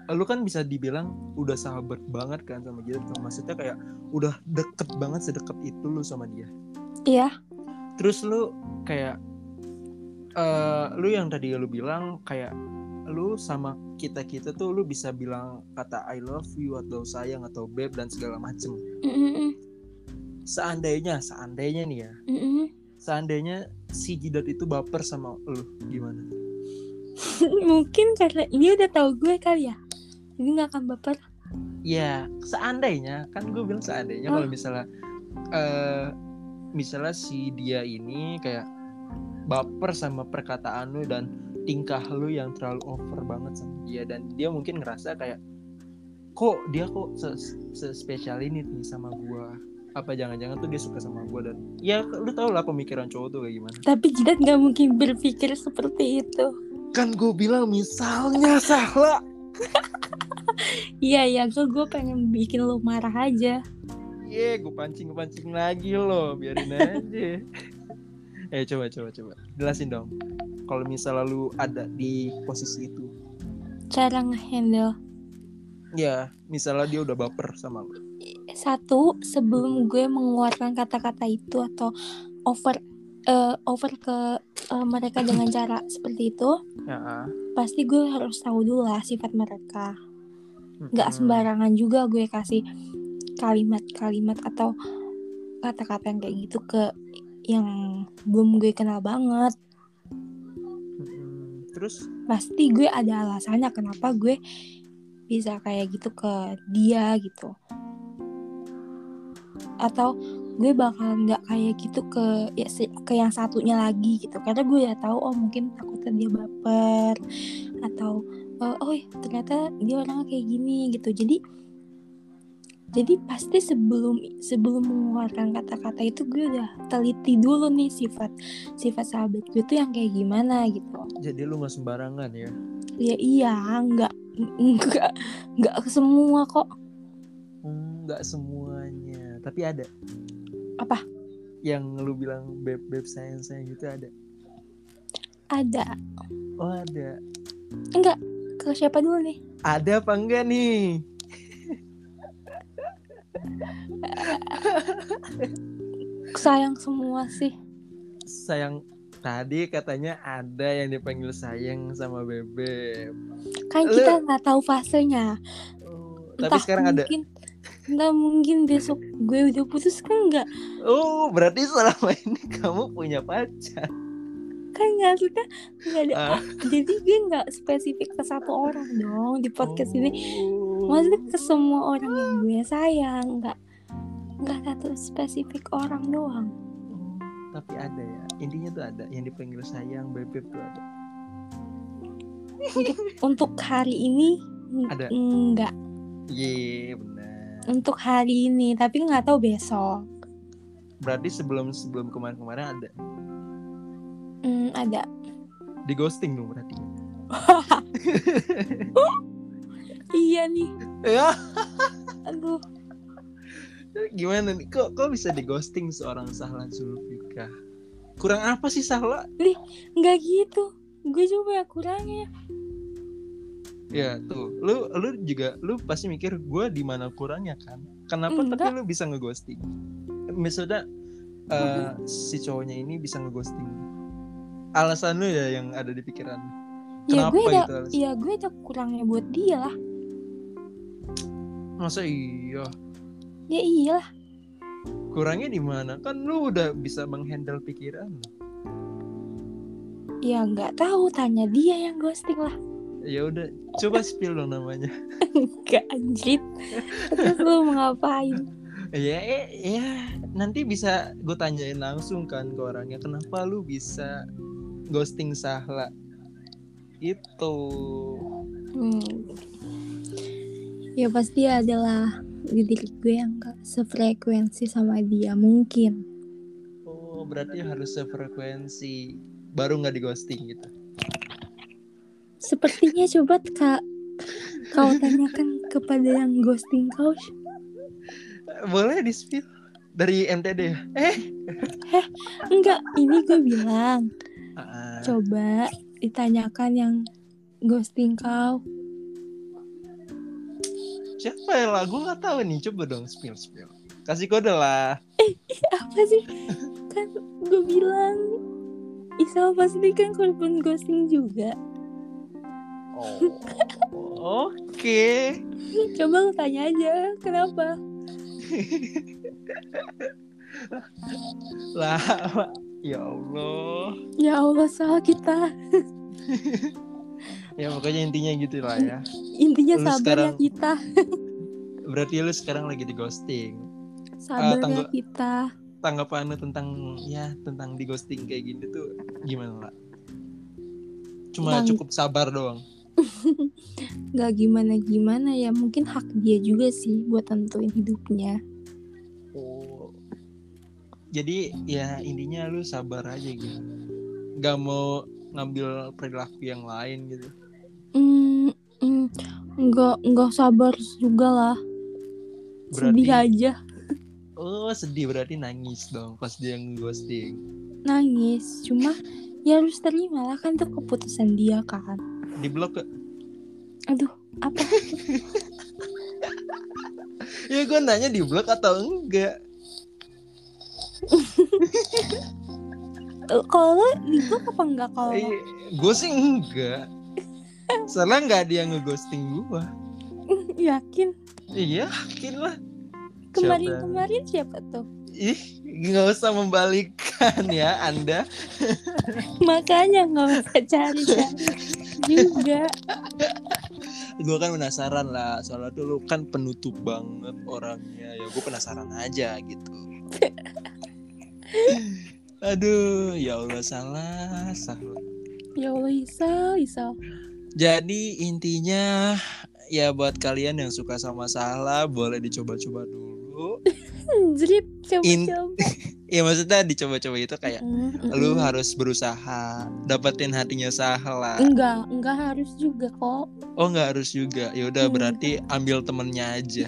lu kan bisa dibilang udah sahabat banget kan sama dia tuh. Maksudnya kayak udah deket banget, sedekat itu lu sama dia. Iya. Terus lu kayak uh, lu yang tadi lu bilang kayak lu sama kita-kita tuh lu bisa bilang kata I love you atau sayang atau babe dan segala macem. Mm-mm. Seandainya, seandainya nih ya, Mm-mm. seandainya si Jidat itu baper sama lu, gimana? Mungkin karena dia udah tahu gue kali ya, jadi nggak akan baper. Ya, seandainya, kan gue bilang seandainya Oh. kalau misalnya, uh, misalnya si dia ini kayak baper sama perkataan lu dan tingkah lu yang terlalu over banget sama dia, dan dia mungkin ngerasa kayak kok dia kok se-spesial ini nih sama gua, apa jangan-jangan tuh dia suka sama gua, dan ya lu tau lah pemikiran cowok tuh kayak gimana. Tapi Jidat nggak mungkin berpikir seperti itu. Kan gue bilang misalnya Sahla. Iya ya, gue gue pengen bikin lu marah aja. Iya, yeah, gue pancing pancing lagi lo, biarin aja. Eh coba coba coba jelasin dong. Kalau misalnya lu ada di posisi itu, cara ngehandle. Ya, misalnya dia udah baper sama lu. Satu, sebelum gue mengeluarkan kata-kata itu atau over uh, over ke uh, mereka dengan cara seperti itu, Ya. Pasti gue harus tahu dulu lah sifat mereka. Nggak sembarangan juga gue kasih kalimat-kalimat atau kata-kata yang kayak gitu ke yang belum gue kenal banget. Terus pasti gue ada alasannya kenapa gue bisa kayak gitu ke dia gitu, atau gue bakal nggak kayak gitu ke ya ke yang satunya lagi gitu, karena gue ya tahu oh mungkin takutnya dia baper atau oh, oh ternyata dia orangnya kayak gini gitu. Jadi jadi pasti sebelum sebelum mengeluarkan kata-kata itu gue udah teliti dulu nih sifat sifat sahabat gue tuh yang kayak gimana gitu. Jadi lu nggak sembarangan ya? Ya iya, nggak nggak nggak semua kok. Nggak semuanya, tapi ada. Apa? Yang lu bilang beb beb sayang sayang gitu ada? Ada. Oh ada. Enggak, ke siapa dulu nih? Ada apa enggak nih? Sayang semua sih. Sayang. Tadi katanya ada yang dipanggil sayang sama bebek. Kan Lu... kita nggak tahu fasenya. Oh, entah tapi sekarang mungkin, ada. Entah mungkin besok gue udah putus kan enggak? Oh, berarti selama ini kamu punya pacar? Kan nggak kita nggak ada. Uh. Jadi gue nggak spesifik ke satu orang dong di podcast oh. ini. Maksudnya ke semua orang yang gue sayang, nggak nggak satu spesifik orang doang. Tapi ada ya, intinya tuh ada yang dipanggil sayang bebek tuh ada. Untuk untuk hari ini ada enggak. Iya yeah, benar. Untuk hari ini, tapi nggak tahu besok. Berarti sebelum sebelum kemarin-kemarin ada. Hmm, ada. Di ghosting dong berarti. Iya nih. Ya. Aduh. Gimana nih? Kok kok bisa di ghosting seorang Sahla Zulfikah? Kurang apa sih Sahla? Lih, nggak gitu. Gue juga ya kurangnya. Ya tuh, lu lu juga lu pasti mikir gue di mana kurangnya kan? Kenapa Enggak. tapi lu bisa ngeghosting? Misalnya uh, si cowoknya ini bisa ngeghosting. Alasan lu ya yang ada di pikiran. Kenapa ya gue ada, gitu alasan? Ya gue ada kurangnya buat dia lah. Masa iya? Ya iyalah. Kurangnya di mana? Kan lu udah bisa menghandle pikiran. Ya nggak tahu, tanya dia yang ghosting lah. Ya udah, coba spill dong namanya. Enggak anjir. Terus lu mau ngapain? Ya, ya, ya, nanti bisa gue tanyain langsung kan ke orangnya, kenapa lu bisa ghosting Sahla? Itu. Hmm. Ya pasti adalah di diri gue yang gak sefrekuensi sama dia mungkin. Oh, berarti harus sefrekuensi baru gak di ghosting gitu. Sepertinya coba kak kau tanyakan kepada yang ghosting kau. Boleh di spill dari M T D ya? Eh Eh enggak, ini gue bilang uh. coba ditanyakan yang ghosting kau. Siapa ya lah? Gue nggak tahu nih. Coba dong spill spill. Kasih kode lah. Eh, apa sih? Kan gue bilang Isal pasti kan korban ghosting juga. Oh, oke. Okay. Coba lu tanya aja kenapa? Lah, ya Allah. Ya Allah, salah kita. Ya pokoknya intinya gitu lah ya. Intinya Lu sabar sekarang, ya kita. Berarti lu sekarang lagi di ghosting. Sabar uh, tangga- ya kita. Tanggapan lu tentang ya tentang di ghosting kayak gini tuh gimana lah? Cuma Yang... cukup sabar doang. Gak gimana-gimana ya, mungkin hak dia juga sih buat tentuin hidupnya. Oh. Jadi ya intinya lu sabar aja gitu. Gak mau ngambil perilaku yang lain gitu. Hmm, hmm, nggak nggak sabar juga lah. Berarti, sedih aja. Oh sedih berarti nangis dong pas dia nge-ghosting. Nangis, cuma ya harus terima lah, kan itu keputusan dia kan. Di blok ke? Aduh, apa? Ya gue nanya di blok atau enggak. Kalau lo di blok apa enggak kalau? Gue sih enggak. Soalnya nggak ada yang nge-ghosting gue. Yakin? Iya, yakin lah. Kemarin-kemarin siapa tuh? Ih, nggak usah membalikkan ya Anda. Makanya nggak usah cari-cari juga. Gue kan penasaran lah, soalnya tuh lu kan penutup banget orangnya. Ya gue penasaran aja gitu. Aduh, ya Allah salah, salah. Ya Allah, Isal, Isal. Jadi intinya ya buat kalian yang suka sama Salah boleh dicoba-coba dulu. Drip, coba-coba. In... Ya maksudnya dicoba-coba itu kayak mm, mm, lu harus berusaha dapetin hatinya Salah. Enggak, enggak harus juga kok. Oh enggak harus juga. Ya udah hmm. berarti ambil temennya aja.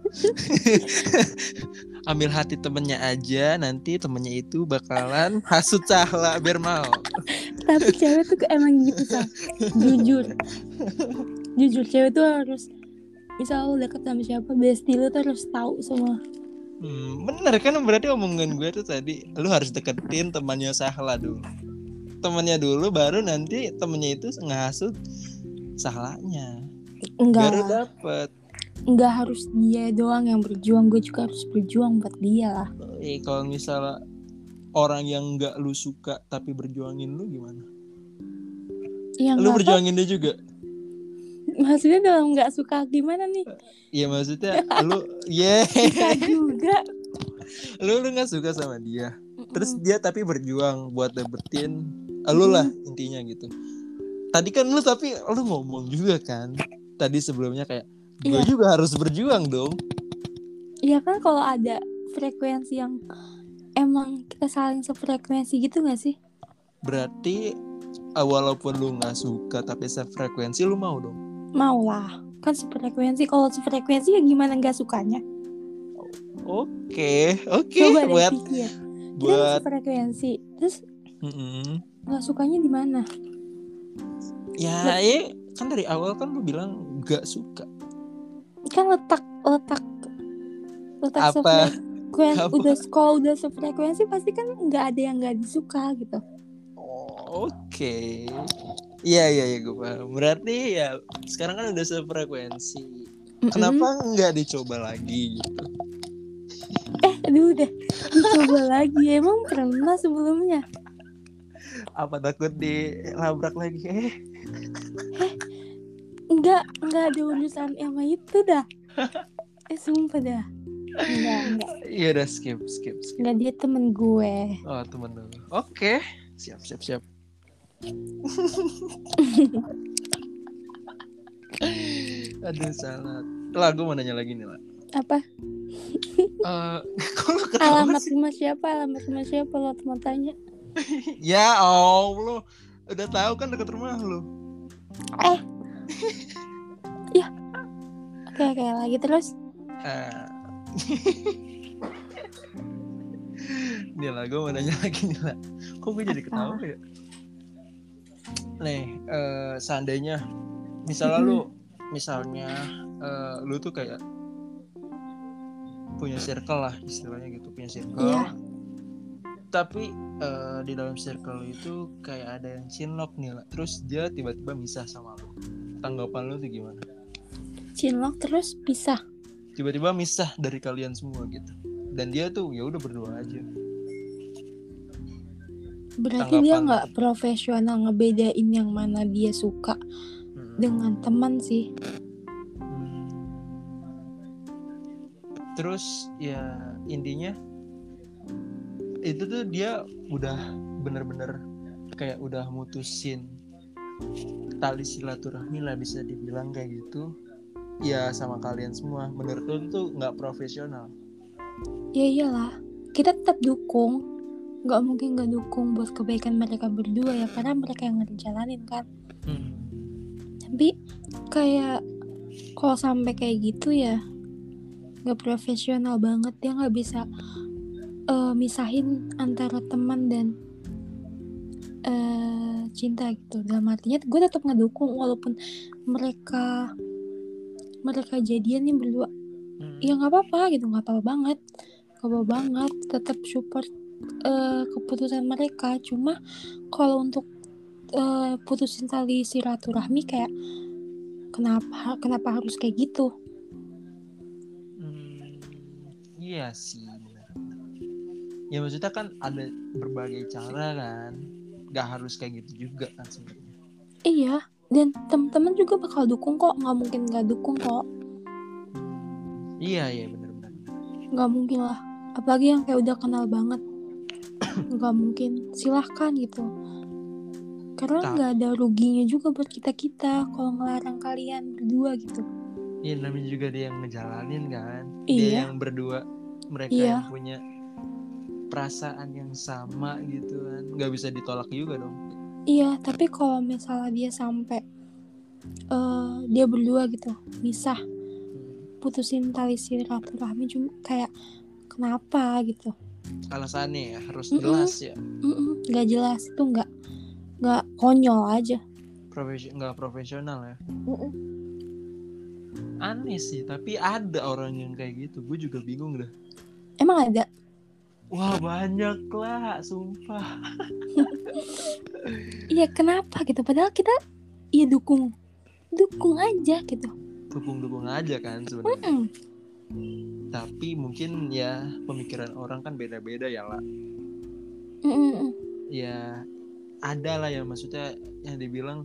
Ambil hati temennya aja, nanti temennya itu bakalan hasut Salah biar mau. Tapi cewek tuh emang gitu sah. Jujur. Jujur cewek tuh harus, misal lu deket sama siapa, bestie lu tuh harus tahu semua. Hmm, bener kan berarti omongan gue tuh tadi, lu harus deketin temannya Salah dulu. Temannya dulu baru nanti temennya itu ngehasut Salahnya. Enggak. Baru dapet. Enggak harus dia doang yang berjuang, gue juga harus berjuang buat dia lah. Eh, kalau misalnya orang yang nggak lu suka tapi berjuangin lu gimana? Yang lu berjuangin apa? Dia juga? Maksudnya dalam nggak suka gimana nih? Iya maksudnya lu, yeah. Bisa juga. Lu lu nggak suka sama dia, Mm-mm. terus dia tapi berjuang buat dapetin lu lah intinya gitu. Tadi kan lu tapi lu ngomong juga kan tadi sebelumnya kayak gue yeah. juga harus berjuang dong. Iya kan kalau ada frekuensi yang emang kita saling sefrekuensi gitu gak sih? Berarti walaupun lu gak suka tapi sefrekuensi lu mau dong? Mau lah, kan sefrekuensi. Kalau sefrekuensi ya gimana gak sukanya? Oke, oke okay. Coba buat deh pikir. Buat kita sefrekuensi, terus Mm-mm. gak sukanya di mana? Ya, ya kan dari awal kan lu bilang gak suka. Kan letak letak letak apa? Sefrekuensi udah kalau udah sefrekuensi pasti kan nggak ada yang nggak disuka gitu. Oh, oke. Okay. Iya iya iya gue paham. Berarti ya sekarang kan udah sefrekuensi. Mm-mm. Kenapa nggak dicoba lagi gitu? Eh, aduh udah dicoba lagi. Emang pernah sebelumnya? Apa takut dilabrak lagi? Eh, eh enggak enggak ada urusan sama itu dah. Eh sumpah dah. Enggak enggak. Iya udah skip skip skip. Enggak, dia temen gue. Oh temen lu. Oke. Siap siap siap. Aduh salah. Lah gue mau nanya lagi nih lah. Apa? Uh, alamat rumah siapa? Alamat rumah siapa lo mau tanya? Ya Allah, udah tahu kan dekat rumah lo. Eh, ya. Oke oke lagi terus. Uh. Nih lah, gue mau nanya lagi nih lah. Kok gue jadi ketawa ya? Nih, uh, seandainya, misalnya mm-hmm. lu, misalnya uh, lu tuh kayak punya circle lah istilahnya gitu, punya circle. Iya. Tapi uh, di dalam circle itu kayak ada yang cinlok nih lah. Terus dia tiba-tiba misah sama lu. Tanggapan lu tuh gimana? Cinlok terus pisah. Tiba-tiba misah dari kalian semua gitu. Dan dia tuh ya udah berdua aja. Berarti dia nggak profesional ngebedain yang mana dia suka hmm. dengan teman sih. Hmm. Terus ya intinya itu tuh dia udah bener-bener kayak udah mutusin tali silaturahmi lah bisa dibilang kayak gitu. Ya sama kalian semua. Menurut lu tuh nggak profesional. Ya iyalah, kita tetap dukung. Gak mungkin gak dukung buat kebaikan mereka berdua ya, karena mereka yang ngejalanin kan. hmm. Tapi kayak kalau sampai kayak gitu ya gak profesional banget. Dia gak bisa uh, misahin antara teman dan uh, cinta gitu. Dalam artinya gue tetap ngedukung walaupun mereka mereka jadian nih berdua. hmm. Ya gak apa-apa gitu, gak apa-apa banget, gak apa-apa banget, tetap support Uh, keputusan mereka. Cuma kalau untuk uh, putusin tali silaturahmi kayak kenapa kenapa harus kayak gitu? Hmm, iya sih. Ya maksudnya kan ada berbagai cara kan, nggak harus kayak gitu juga kan sebenarnya. Iya, dan teman-teman juga bakal dukung kok, nggak mungkin nggak dukung kok. Iya iya benar-benar. Nggak mungkin lah, apalagi yang kayak udah kenal banget. Nggak mungkin, silahkan gitu. Karena nggak ada ruginya juga buat kita-kita kalau ngelarang kalian berdua gitu. Iya, namanya juga dia yang ngejalanin kan. Iya. Dia yang berdua, mereka iya. yang punya perasaan yang sama gitu kan. Nggak bisa ditolak juga dong. Iya, tapi kalau misalnya dia sampai uh, dia berdua gitu misah, hmm. putusin tali silaturahmi cuma kayak kenapa gitu. Alasannya ya harus Mm-mm. jelas ya. Mm-mm. Gak jelas itu nggak nggak konyol aja. Profes- nggak profesional ya. Mm-mm. Aneh sih, tapi ada orang yang kayak gitu. Gue juga bingung dah. Emang ada? Wah banyak lah, sumpah. Iya kenapa gitu? Padahal kita iya dukung, dukung aja gitu. Dukung-dukung aja kan sebenarnya. Mm-mm. Tapi mungkin ya pemikiran orang kan beda-beda ya lah. Mm-mm. Ya ada lah ya, maksudnya yang dibilang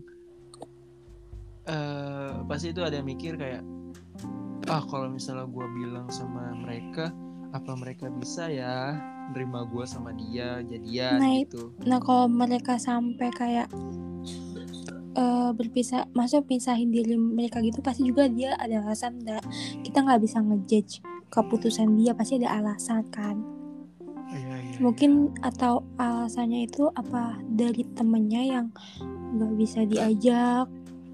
uh, pasti itu ada yang mikir kayak ah kalau misalnya gue bilang sama mereka apa mereka bisa ya nerima gue sama dia jadian nah, gitu. Nah kalau mereka sampai kayak uh, berpisah, maksudnya pisahin diri mereka gitu, pasti juga dia ada alasan. Nggak, kita nggak bisa ngejudge keputusan dia, pasti ada alasan kan. Iya, iya, mungkin iya. Atau alasannya itu apa dari temennya yang nggak bisa diajak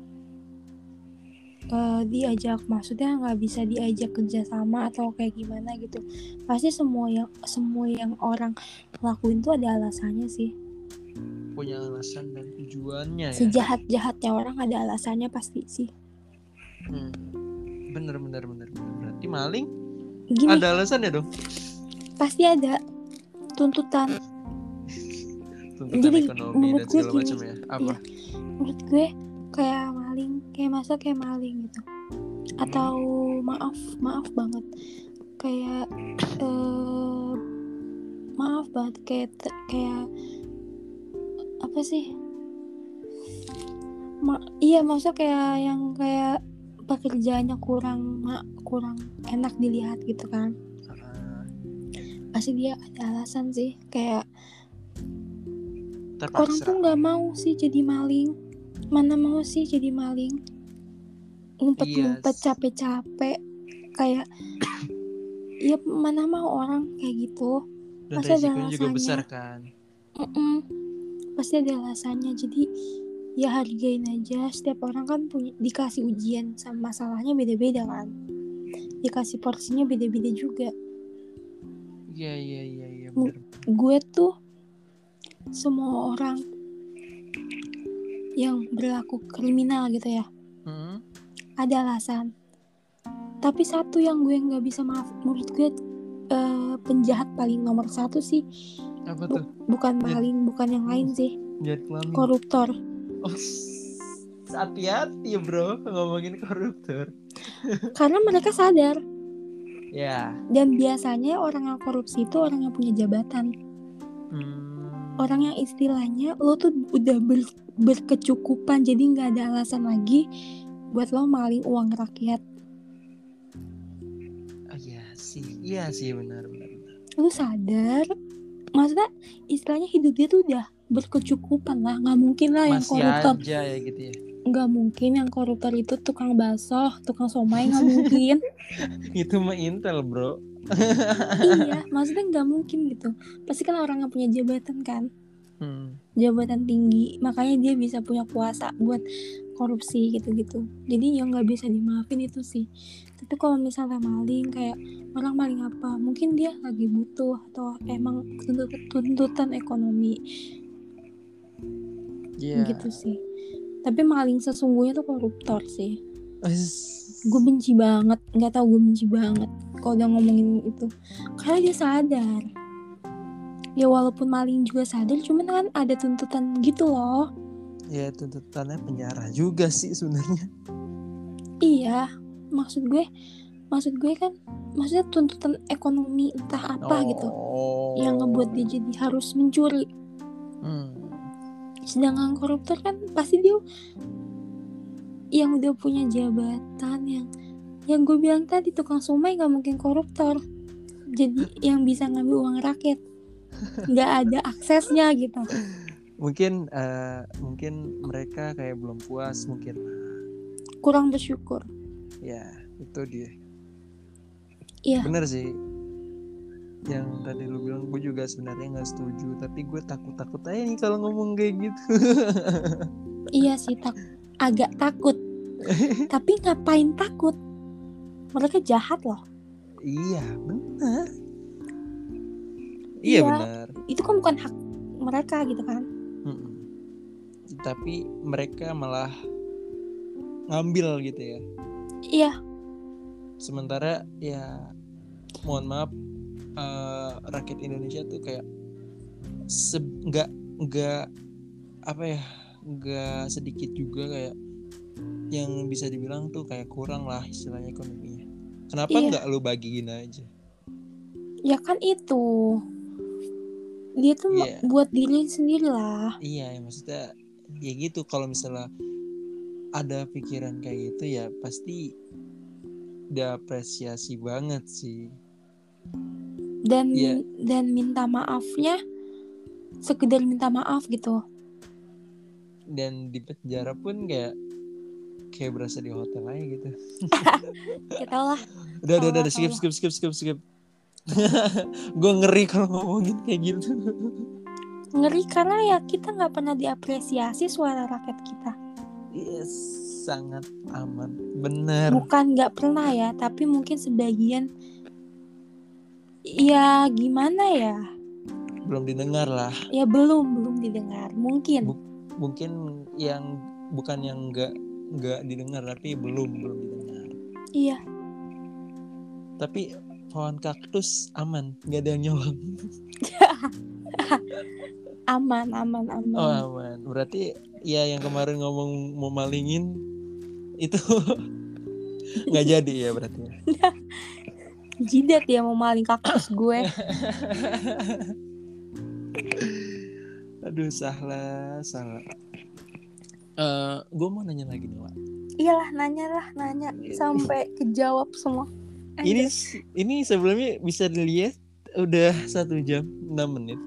uh, diajak maksudnya nggak bisa diajak kerjasama atau kayak gimana gitu. Pasti semua yang semua yang orang lakuin tuh ada alasannya sih, punya alasan dan tujuannya ya. Sejahat-jahatnya orang ada alasannya pasti sih. hmm. bener bener bener bener berarti maling Gini, ada alasannya dong. Pasti ada tuntutan. Tuntutan jadi, ekonomi dan segala macam ya. Apa? Iya, menurut gue kayak maling, kayak masa kayak maling gitu. Atau hmm. maaf, maaf banget. Kayak uh, maaf banget kayak kayak apa sih? Ma- iya, maksudnya kayak yang kayak pekerjaannya kurang ma- kurang enak dilihat gitu kan. Pasti dia ada alasan sih, kayak terpaksa. Orang tuh nggak mau sih jadi maling, mana mau sih jadi maling, ngumpet-ngumpet yes. capek-capek, kayak ya mana mau orang kayak gitu. Dan pasti ada alasannya juga besar kan. Mm-mm. Pasti ada alasannya, jadi ya hargain aja. Setiap orang kan punya dikasih ujian sama masalahnya beda-beda kan, dikasih porsinya beda-beda juga. Iya iya iya iya benar. Gue tuh semua orang yang berlaku kriminal gitu ya, hmm? ada alasan. Tapi satu yang gue nggak bisa maaf, menurut gue uh, penjahat paling nomor satu sih. Apa Bu- tuh? bukan Penjahat- maling, bukan yang lain sih. Penjahat kelamin. Koruptor. Oh, hati-hati ya bro ngomongin koruptor. Karena mereka sadar. Ya. Dan biasanya orang yang korupsi itu orang yang punya jabatan. Hmm. Orang yang istilahnya lo tuh udah ber, berkecukupan, jadi nggak ada alasan lagi buat lo maling uang rakyat. Oh, iya sih, iya sih benar benar. Lo sadar, maksudnya istilahnya hidup dia tuh udah berkecukupan lah, nggak mungkin lah yang Masih koruptor. aja ya gitu ya. Nggak mungkin yang koruptor itu tukang bakso, tukang somai, nggak mungkin. Itu mah Intel bro. Iya, maksudnya nggak mungkin gitu. Pasti kan orang yang punya jabatan kan. Hmm. Jabatan tinggi, makanya dia bisa punya kuasa buat korupsi gitu-gitu. Jadi yang nggak bisa dimaafin itu sih. Tapi kalau misalnya maling, kayak orang maling apa, mungkin dia lagi butuh atau emang tuntutan ekonomi. Yeah. Gitu sih. Tapi maling sesungguhnya tuh koruptor sih. Gue benci banget, nggak tahu gue benci banget kalau udah ngomongin itu, karena dia sadar. Ya walaupun maling juga sadar, cuman kan ada tuntutan gitu loh. Ya tuntutannya penjara juga sih sebenarnya. Iya, maksud gue, maksud gue kan, maksudnya tuntutan ekonomi entah apa oh. gitu, yang ngebuat dia jadi harus mencuri. Hmm. Sedangkan koruptor kan pasti dia yang udah punya jabatan, yang, yang gue bilang tadi tukang somai nggak mungkin koruptor. Jadi yang bisa ngambil uang rakyat. Nggak ada aksesnya gitu. Mungkin uh, mungkin mereka kayak belum puas, mungkin kurang bersyukur. Ya itu dia. Iya. Bener sih yang tadi lu bilang, gue juga sebenarnya nggak setuju, tapi gue takut-takut aja nih kalau ngomong kayak gitu. Iya sih, tak agak takut. Tapi ngapain takut? Mereka jahat loh. Iya benar. Iya, iya benar. Itu kan bukan hak mereka gitu kan. Mm-mm. Tapi mereka malah ngambil gitu ya. Iya. Sementara ya mohon maaf, uh, rakyat Indonesia tuh kayak se- nggak nggak apa ya nggak sedikit juga kayak yang bisa dibilang tuh kayak kurang lah istilahnya ekonominya. Kenapa nggak iya. lu bagiin aja? Ya kan itu. Dia tuh yeah. buat diri sendiri lah. Iya, ya, maksudnya ya gitu. Kalau misalnya ada pikiran kayak gitu ya pasti diapresiasi banget sih. Dan yeah. dan minta maafnya sekedar minta maaf gitu. Dan di penjara pun kayak kayak berasa di hotel aja gitu. Kita lah. Udah udah udah skip skip skip skip skip. Gue ngeri kalau ngomongin kayak gitu. Ngeri karena ya kita nggak pernah diapresiasi suara rakyat kita. Yes, sangat aman, bener. Bukan nggak pernah ya, tapi mungkin sebagian. Ya gimana ya? Belum didengar lah. Ya belum belum didengar, mungkin. B- mungkin yang bukan yang nggak nggak didengar, tapi belum belum didengar. Iya. Tapi pohon kaktus aman, nggak ada yang nyolong. aman aman aman. Oh aman, berarti ya yang kemarin ngomong mau malingin itu nggak jadi ya berarti. Jidat ya mau maling kaktus gue. Aduh salah salah. Uh, gue mau nanya lagi nih, Wak. Iyalah nanya lah nanya sampai kejawab semua. Ini ini sebelumnya bisa dilihat udah satu jam enam menit.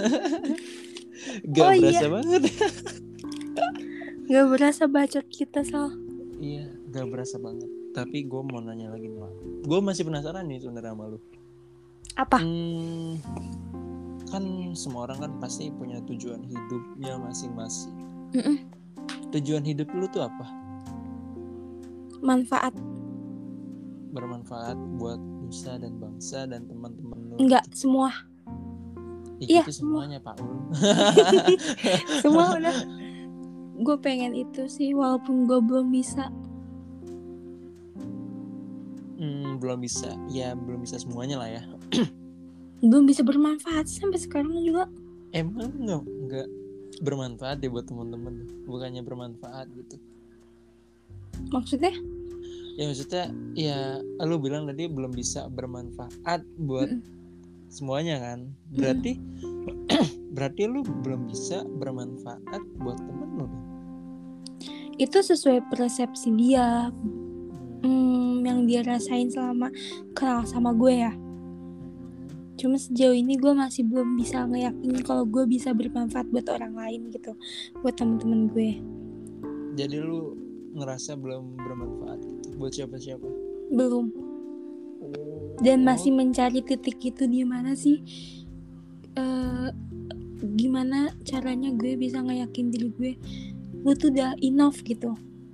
Gak oh, berasa iya. banget. Gak berasa bacot kita Sal. Iya gak berasa banget. Tapi gue mau nanya lagi nih, gue masih penasaran nih sebenarnya sama lu. Apa? Hmm, kan semua orang kan pasti punya tujuan hidupnya masing-masing. Mm-mm. Tujuan hidup lu tuh apa? Manfaat. Bermanfaat buat nusa dan bangsa dan teman-teman lu. Enggak, semua. Ya, itu semuanya Pak Ul. Semua udah. Gue pengen itu sih walaupun gue belum bisa. Hmm, belum bisa, ya belum bisa semuanya lah ya. Belum bisa bermanfaat sampai sekarang juga. Emang nggak nggak bermanfaat ya buat teman-teman, bukannya bermanfaat gitu. Maksudnya? Ya maksudnya ya lu bilang tadi belum bisa bermanfaat buat Mm-mm. semuanya kan. Berarti berarti lu belum bisa bermanfaat buat temen lu. Itu sesuai persepsi dia, hmm, yang dia rasain selama kenal sama gue ya. Cuma sejauh ini gue masih belum bisa ngeyakinin kalau gue bisa bermanfaat buat orang lain gitu, buat temen-temen gue. Jadi lu ngerasa belum bermanfaat gitu buat siapa-siapa? Belum. Dan masih mencari titik itu di mana sih, uh, gimana caranya gue bisa ngeyakin diri gue lu tuh udah enough gitu.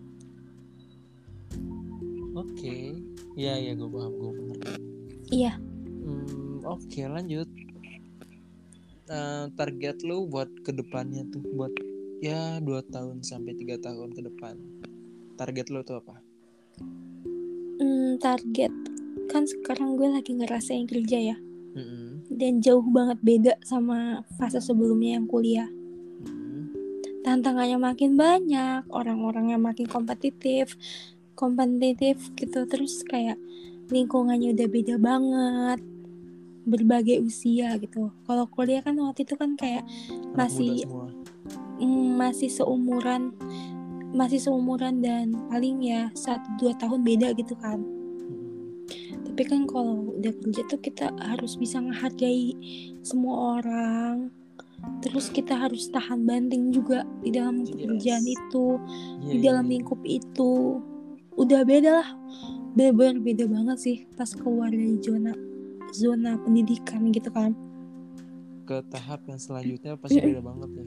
Oke, okay. Ya ya gue paham, gue ngerti. Iya. Hmm, Oke okay, lanjut. Uh, target lu buat kedepannya tuh, buat ya dua tahun sampai tiga tahun ke depan. Target lu tuh apa? Hmm, target kan sekarang gue lagi ngerasain kerja ya. Mm-hmm. Dan jauh banget beda sama fase sebelumnya yang kuliah. Mm-hmm. Tantangannya makin banyak, orang-orangnya makin kompetitif, kompetitif gitu, terus kayak lingkungannya udah beda banget, berbagai usia gitu. Kalau kuliah kan waktu itu kan kayak anak masih mm, masih seumuran, masih seumuran dan paling ya satu dua tahun beda gitu kan. Tapi kan kalau udah kerja tuh kita harus bisa menghargai semua orang. Terus kita harus tahan banting juga di dalam pekerjaan yes. itu, yeah, di dalam yeah, lingkup yeah. itu. Udah beda lah, bener-bener beda banget sih pas keluar dari zona zona pendidikan gitu kan. Ke tahap yang selanjutnya pasti beda banget ya.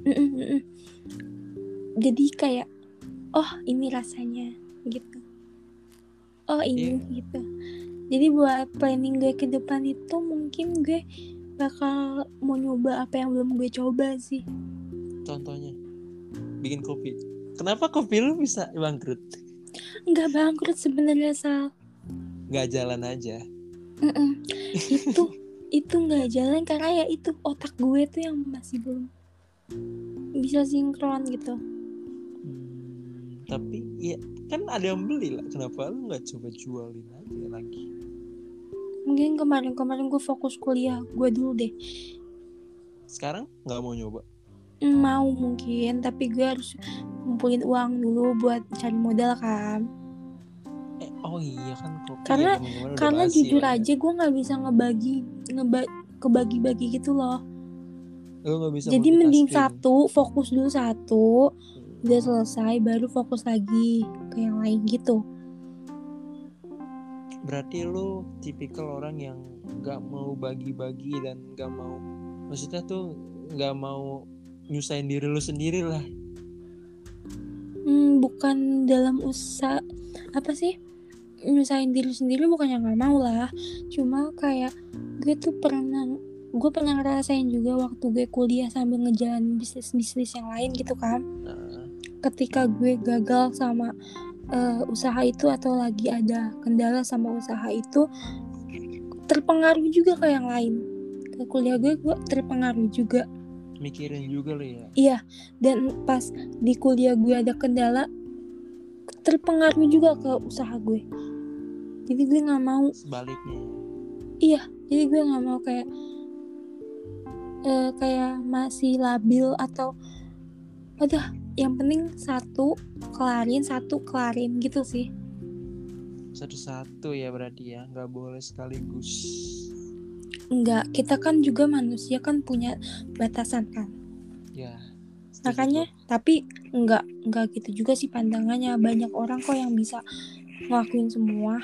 Jadi kayak, oh ini rasanya gitu. Oh ini yeah. gitu. Jadi buat planning gue ke depan itu mungkin gue bakal mau nyoba apa yang belum gue coba sih. Contohnya bikin kopi. Kenapa kopi lu bisa bangkrut? Enggak bangkrut sebenarnya, Sal. Enggak jalan aja. Itu itu enggak jalan karena ya itu otak gue tuh yang masih belum bisa sinkron gitu. Hmm, tapi ya kan ada yang beli lah. Kenapa lu nggak coba jualin aja lagi? Mungkin kemarin-kemarin gue fokus kuliah gue dulu deh. Sekarang nggak mau nyoba? Mau mungkin, tapi gue harus ngumpulin uang dulu buat cari modal kan. Eh, oh iya kan kopi karena ya, karena jujur ya. aja gue nggak bisa ngebagi ngeba kebagi-bagi gitu loh. Lu gak bisa jadi mending satu fokus dulu satu hmm. udah selesai baru fokus lagi ke yang lain gitu. Berarti lu tipikal orang yang gak mau bagi-bagi dan gak mau, maksudnya tuh gak mau nyusahin diri lu sendiri lah. Hmm, bukan dalam usaha apa sih nyusahin diri sendiri, bukannya gak mau lah, cuma kayak gue tuh pernah gue pernah ngerasain juga waktu gue kuliah sambil ngejalanin bisnis-bisnis yang lain gitu kan. Nah. Ketika gue gagal sama uh, usaha itu atau lagi ada kendala sama usaha itu, terpengaruh juga ke yang lain. Ke kuliah gue gue terpengaruh juga. Mikirin juga lo ya. Iya, dan pas di kuliah gue ada kendala, terpengaruh juga ke usaha gue. Jadi gue nggak mau. Sebaliknya. Iya, jadi gue nggak mau kayak uh, kayak masih labil atau, udah yang penting satu kelarin satu kelarin gitu sih. Satu-satu ya berarti ya, nggak boleh sekaligus. Enggak, kita kan juga manusia kan punya batasan kan. Ya. Makanya, tuh. Tapi enggak enggak gitu juga sih pandangannya. Banyak orang kok yang bisa ngelakuin semua.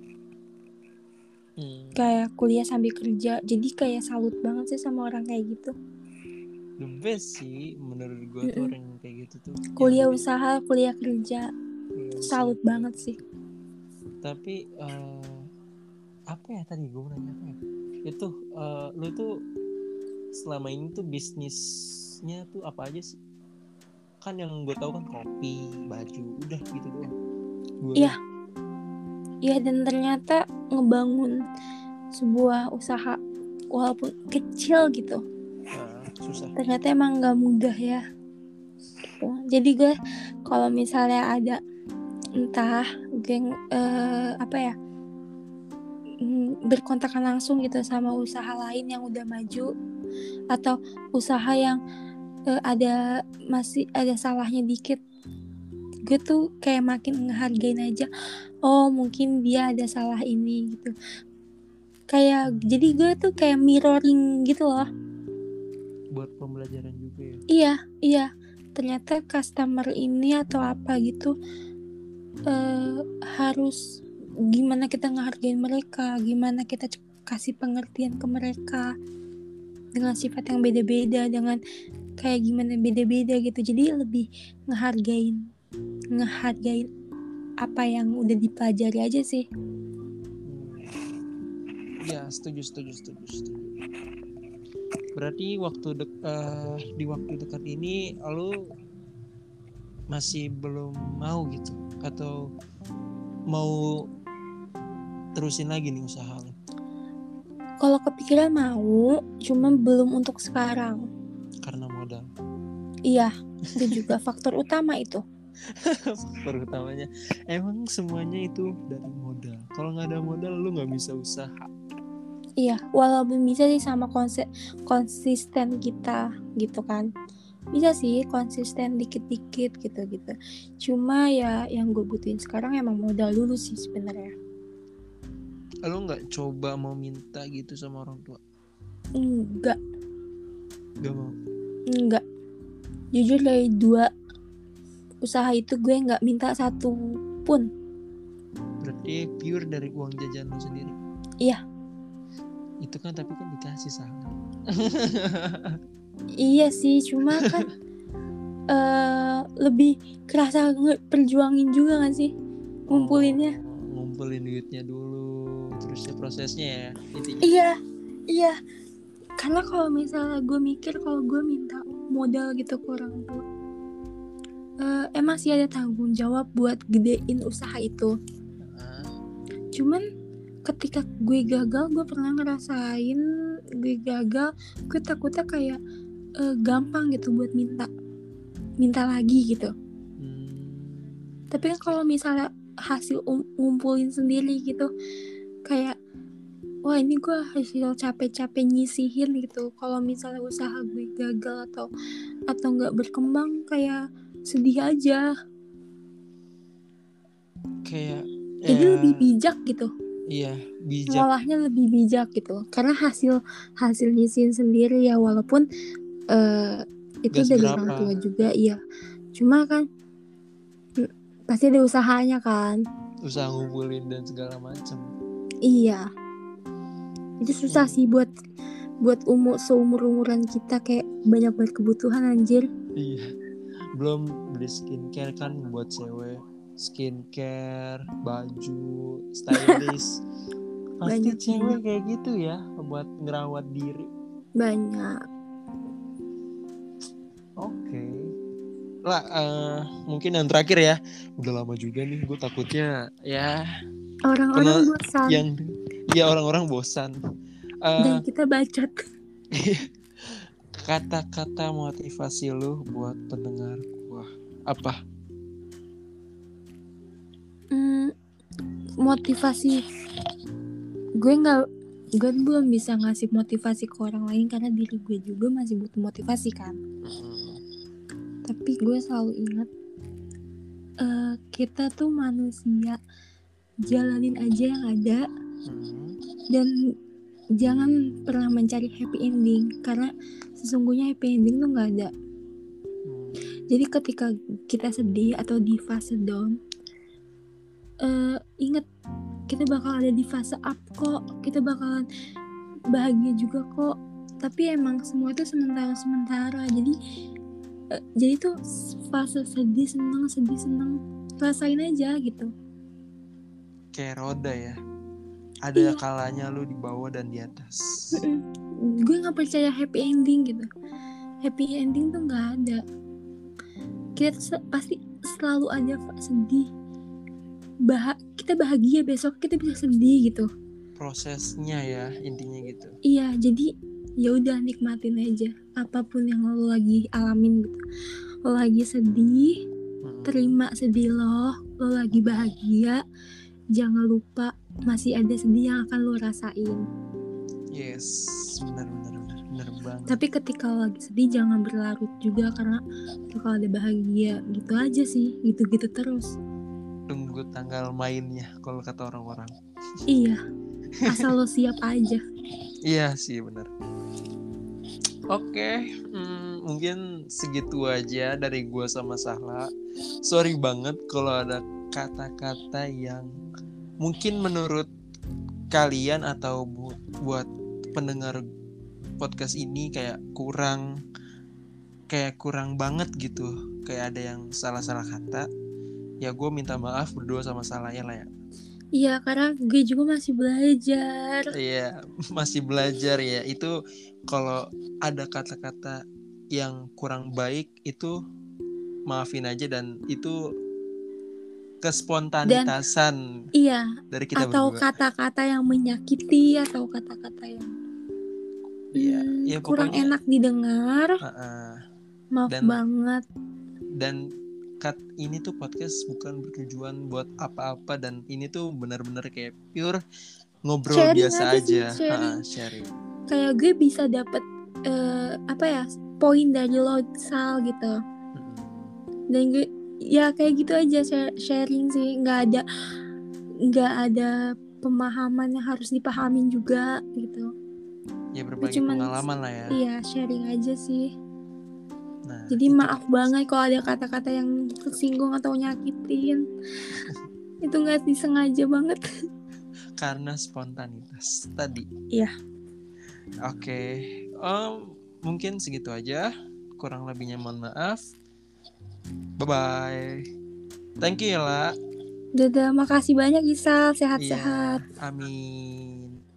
Hmm. Kayak kuliah sambil kerja. Jadi kayak salut banget sih sama orang kayak gitu. The best sih menurut gue tuh orang kayak gitu tuh. Kuliah yang... usaha, kuliah kerja. Kuliah salut usaha, banget sih. Tapi uh, apa ya tadi gue nanya apa ya? Itu uh, lu tuh selama ini tuh bisnisnya tuh apa aja sih? Kan yang gue tahu kan kopi, baju, udah gitu doang. Iya. Ya, dan ternyata ngebangun sebuah usaha walaupun kecil gitu, Nah, susah. ternyata emang nggak mudah ya gitu. Jadi gue kalau misalnya ada entah geng eh, apa ya mm, berkontakan langsung gitu sama usaha lain yang udah maju atau usaha yang eh, ada masih ada salahnya dikit, gue tuh kayak makin ngehargain aja. Oh, mungkin dia ada salah ini gitu. Kayak jadi gue tuh kayak mirroring gitu loh. Buat pembelajaran juga ya. Iya, iya. Ternyata customer ini atau apa gitu eh, harus gimana kita ngehargain mereka, gimana kita c- kasih pengertian ke mereka dengan sifat yang beda-beda, dengan kayak gimana beda-beda gitu. Jadi lebih ngehargain, ngehargain apa yang udah dipelajari aja sih. Hmm. Ya, setuju, setuju, setuju, setuju. Berarti waktu dek, eh, di waktu dekat ini lu masih belum mau gitu atau mau terusin lagi nih usaha lu? Kalau kepikiran mau, cuma belum untuk sekarang. Karena modal. Iya, itu juga faktor utama itu. Faktor utamanya emang semuanya itu dari modal. Kalau nggak ada modal lu nggak bisa usaha. Iya, walaupun bisa sih sama konse- konsisten kita gitu kan. Bisa sih konsisten dikit-dikit gitu-gitu. Cuma ya yang gue butuhin sekarang emang modal dulu sih sebenarnya. Lu nggak coba mau minta gitu sama orang tua? Enggak, Gak mau. enggak. Jujur dari dua usaha itu gue nggak minta satu pun. Berarti pure dari uang jajan lu sendiri. Iya, Itu kan tapi kan dikasih salah. iya sih. Cuma kan eh lebih kerasa nge- perjuangin juga kan sih ngumpulinnya. Oh, ngumpulin duitnya dulu, terus ya prosesnya ya intinya. Iya, iya. Karena kalau misalnya gue mikir kalau gue minta modal gitu ke orang tua, uh, emang sih ada tanggung jawab buat gedein usaha itu. Nah, Cuman ketika gue gagal, gue pernah ngerasain gue gagal, gue takutnya kayak uh, gampang gitu buat minta, minta lagi gitu. hmm, Tapi kan kalau misalnya hasil um, ngumpulin sendiri gitu, kayak wah ini gue hasil capek-capek nyisihin gitu. Kalau misalnya usaha gue gagal atau atau nggak berkembang, kayak sedih aja. kayak Jadi ya, lebih bijak gitu. iya bijak. Ngolahnya lebih bijak gitu. Karena hasil hasil nyisihin sendiri ya, walaupun uh, itu Gak dari orang seberapa. tua juga ya. Cuma kan mm, pasti ada usahanya kan. Usaha ngumpulin dan segala macam. Iya. Itu susah Hmm, sih buat buat umur seumur umuran kita, kayak banyak banget kebutuhan anjir. iya. Belum beli skincare kan buat cewek. Skincare, baju, stylist. Pasti Banyak cewek banyak kayak gitu ya buat ngerawat diri. banyak. Oke. Lah, eh, mungkin yang terakhir ya. Udah lama juga nih, gue takutnya ya Orang-orang pernah bosan yang ya orang-orang bosan. dan Eh, kita bacot. kata-kata motivasi lu buat pendengar gua apa? Hmm, motivasi gue nggak gue belum bisa ngasih motivasi ke orang lain karena diri gue juga masih butuh motivasi kan. Hmm. Tapi gue selalu ingat uh, kita tuh manusia, jalanin aja yang ada Hmm. dan jangan pernah mencari happy ending karena sesungguhnya happy ending tuh nggak ada. Hmm. Jadi ketika kita sedih atau di fase down, uh, ingat kita bakal ada di fase up kok, kita bakalan bahagia juga kok. Tapi emang semua itu sementara-sementara. Jadi uh, jadi tuh fase sedih senang sedih senang rasain aja gitu. Kayak roda ya. Ada Iya. kalanya lu di bawah dan di atas. Mm-mm. Gue nggak percaya happy ending gitu. Happy ending tuh nggak ada. Kita tuh se- pasti selalu ada sedih. Bah kita kita bahagia, besok kita bisa sedih gitu. Prosesnya ya intinya gitu. Iya, jadi ya udah nikmatin aja apapun yang lo lagi alamin gitu. Lo lagi sedih, hmm. terima sedih lo. Lo lagi bahagia, jangan lupa masih ada sedih yang akan lo rasain. Yes, benar benar benar benar banget. Tapi ketika lo lagi sedih jangan berlarut juga, karena bakal ada bahagia. Gitu aja sih, gitu-gitu terus. Tunggu tanggal mainnya kalau kata orang-orang. Iya, asal lo siap aja. Iya sih benar. Oke, hmm, mungkin segitu aja dari gua sama Sahla. Sorry banget kalau ada kata-kata yang mungkin menurut kalian atau bu- buat pendengar podcast ini kayak kurang kayak kurang banget gitu, kayak ada yang salah-salah kata. Ya gue minta maaf berdua sama Sahla ya lah ya. Iya, karena gue juga masih belajar. Iya, masih belajar ya. Itu kalau ada kata-kata yang kurang baik itu maafin aja, dan itu kespontanitasan dan, iya, dari kita atau berdua. Kata-kata yang menyakiti atau kata-kata yang ya, hmm, ya kurang pokoknya, enak didengar. Uh-uh. Maaf dan, banget. Dan kat ini tuh podcast bukan bertujuan buat apa-apa, dan ini tuh benar-benar kayak pure ngobrol sharing biasa aja, aja. Sih, sharing. Ha, sharing. Kayak gue bisa dapet uh, apa ya poin dari lo Sal gitu. Mm-hmm. Dan gue ya kayak gitu aja sharing sih, nggak ada nggak ada pemahaman yang harus dipahamin juga gitu. Ya berbagi cuman, pengalaman lah ya. Iya, sharing aja sih. Nah, jadi maaf kan banget kalau ada kata-kata yang tersinggung atau nyakitin. Itu nggak disengaja banget. Karena spontanitas tadi. Iya. Oke, okay. um, mungkin segitu aja. Kurang lebihnya mohon maaf. Bye bye. Thank you ya lah. Dadah, makasih banyak Isal. Sehat-sehat. Iya, amin.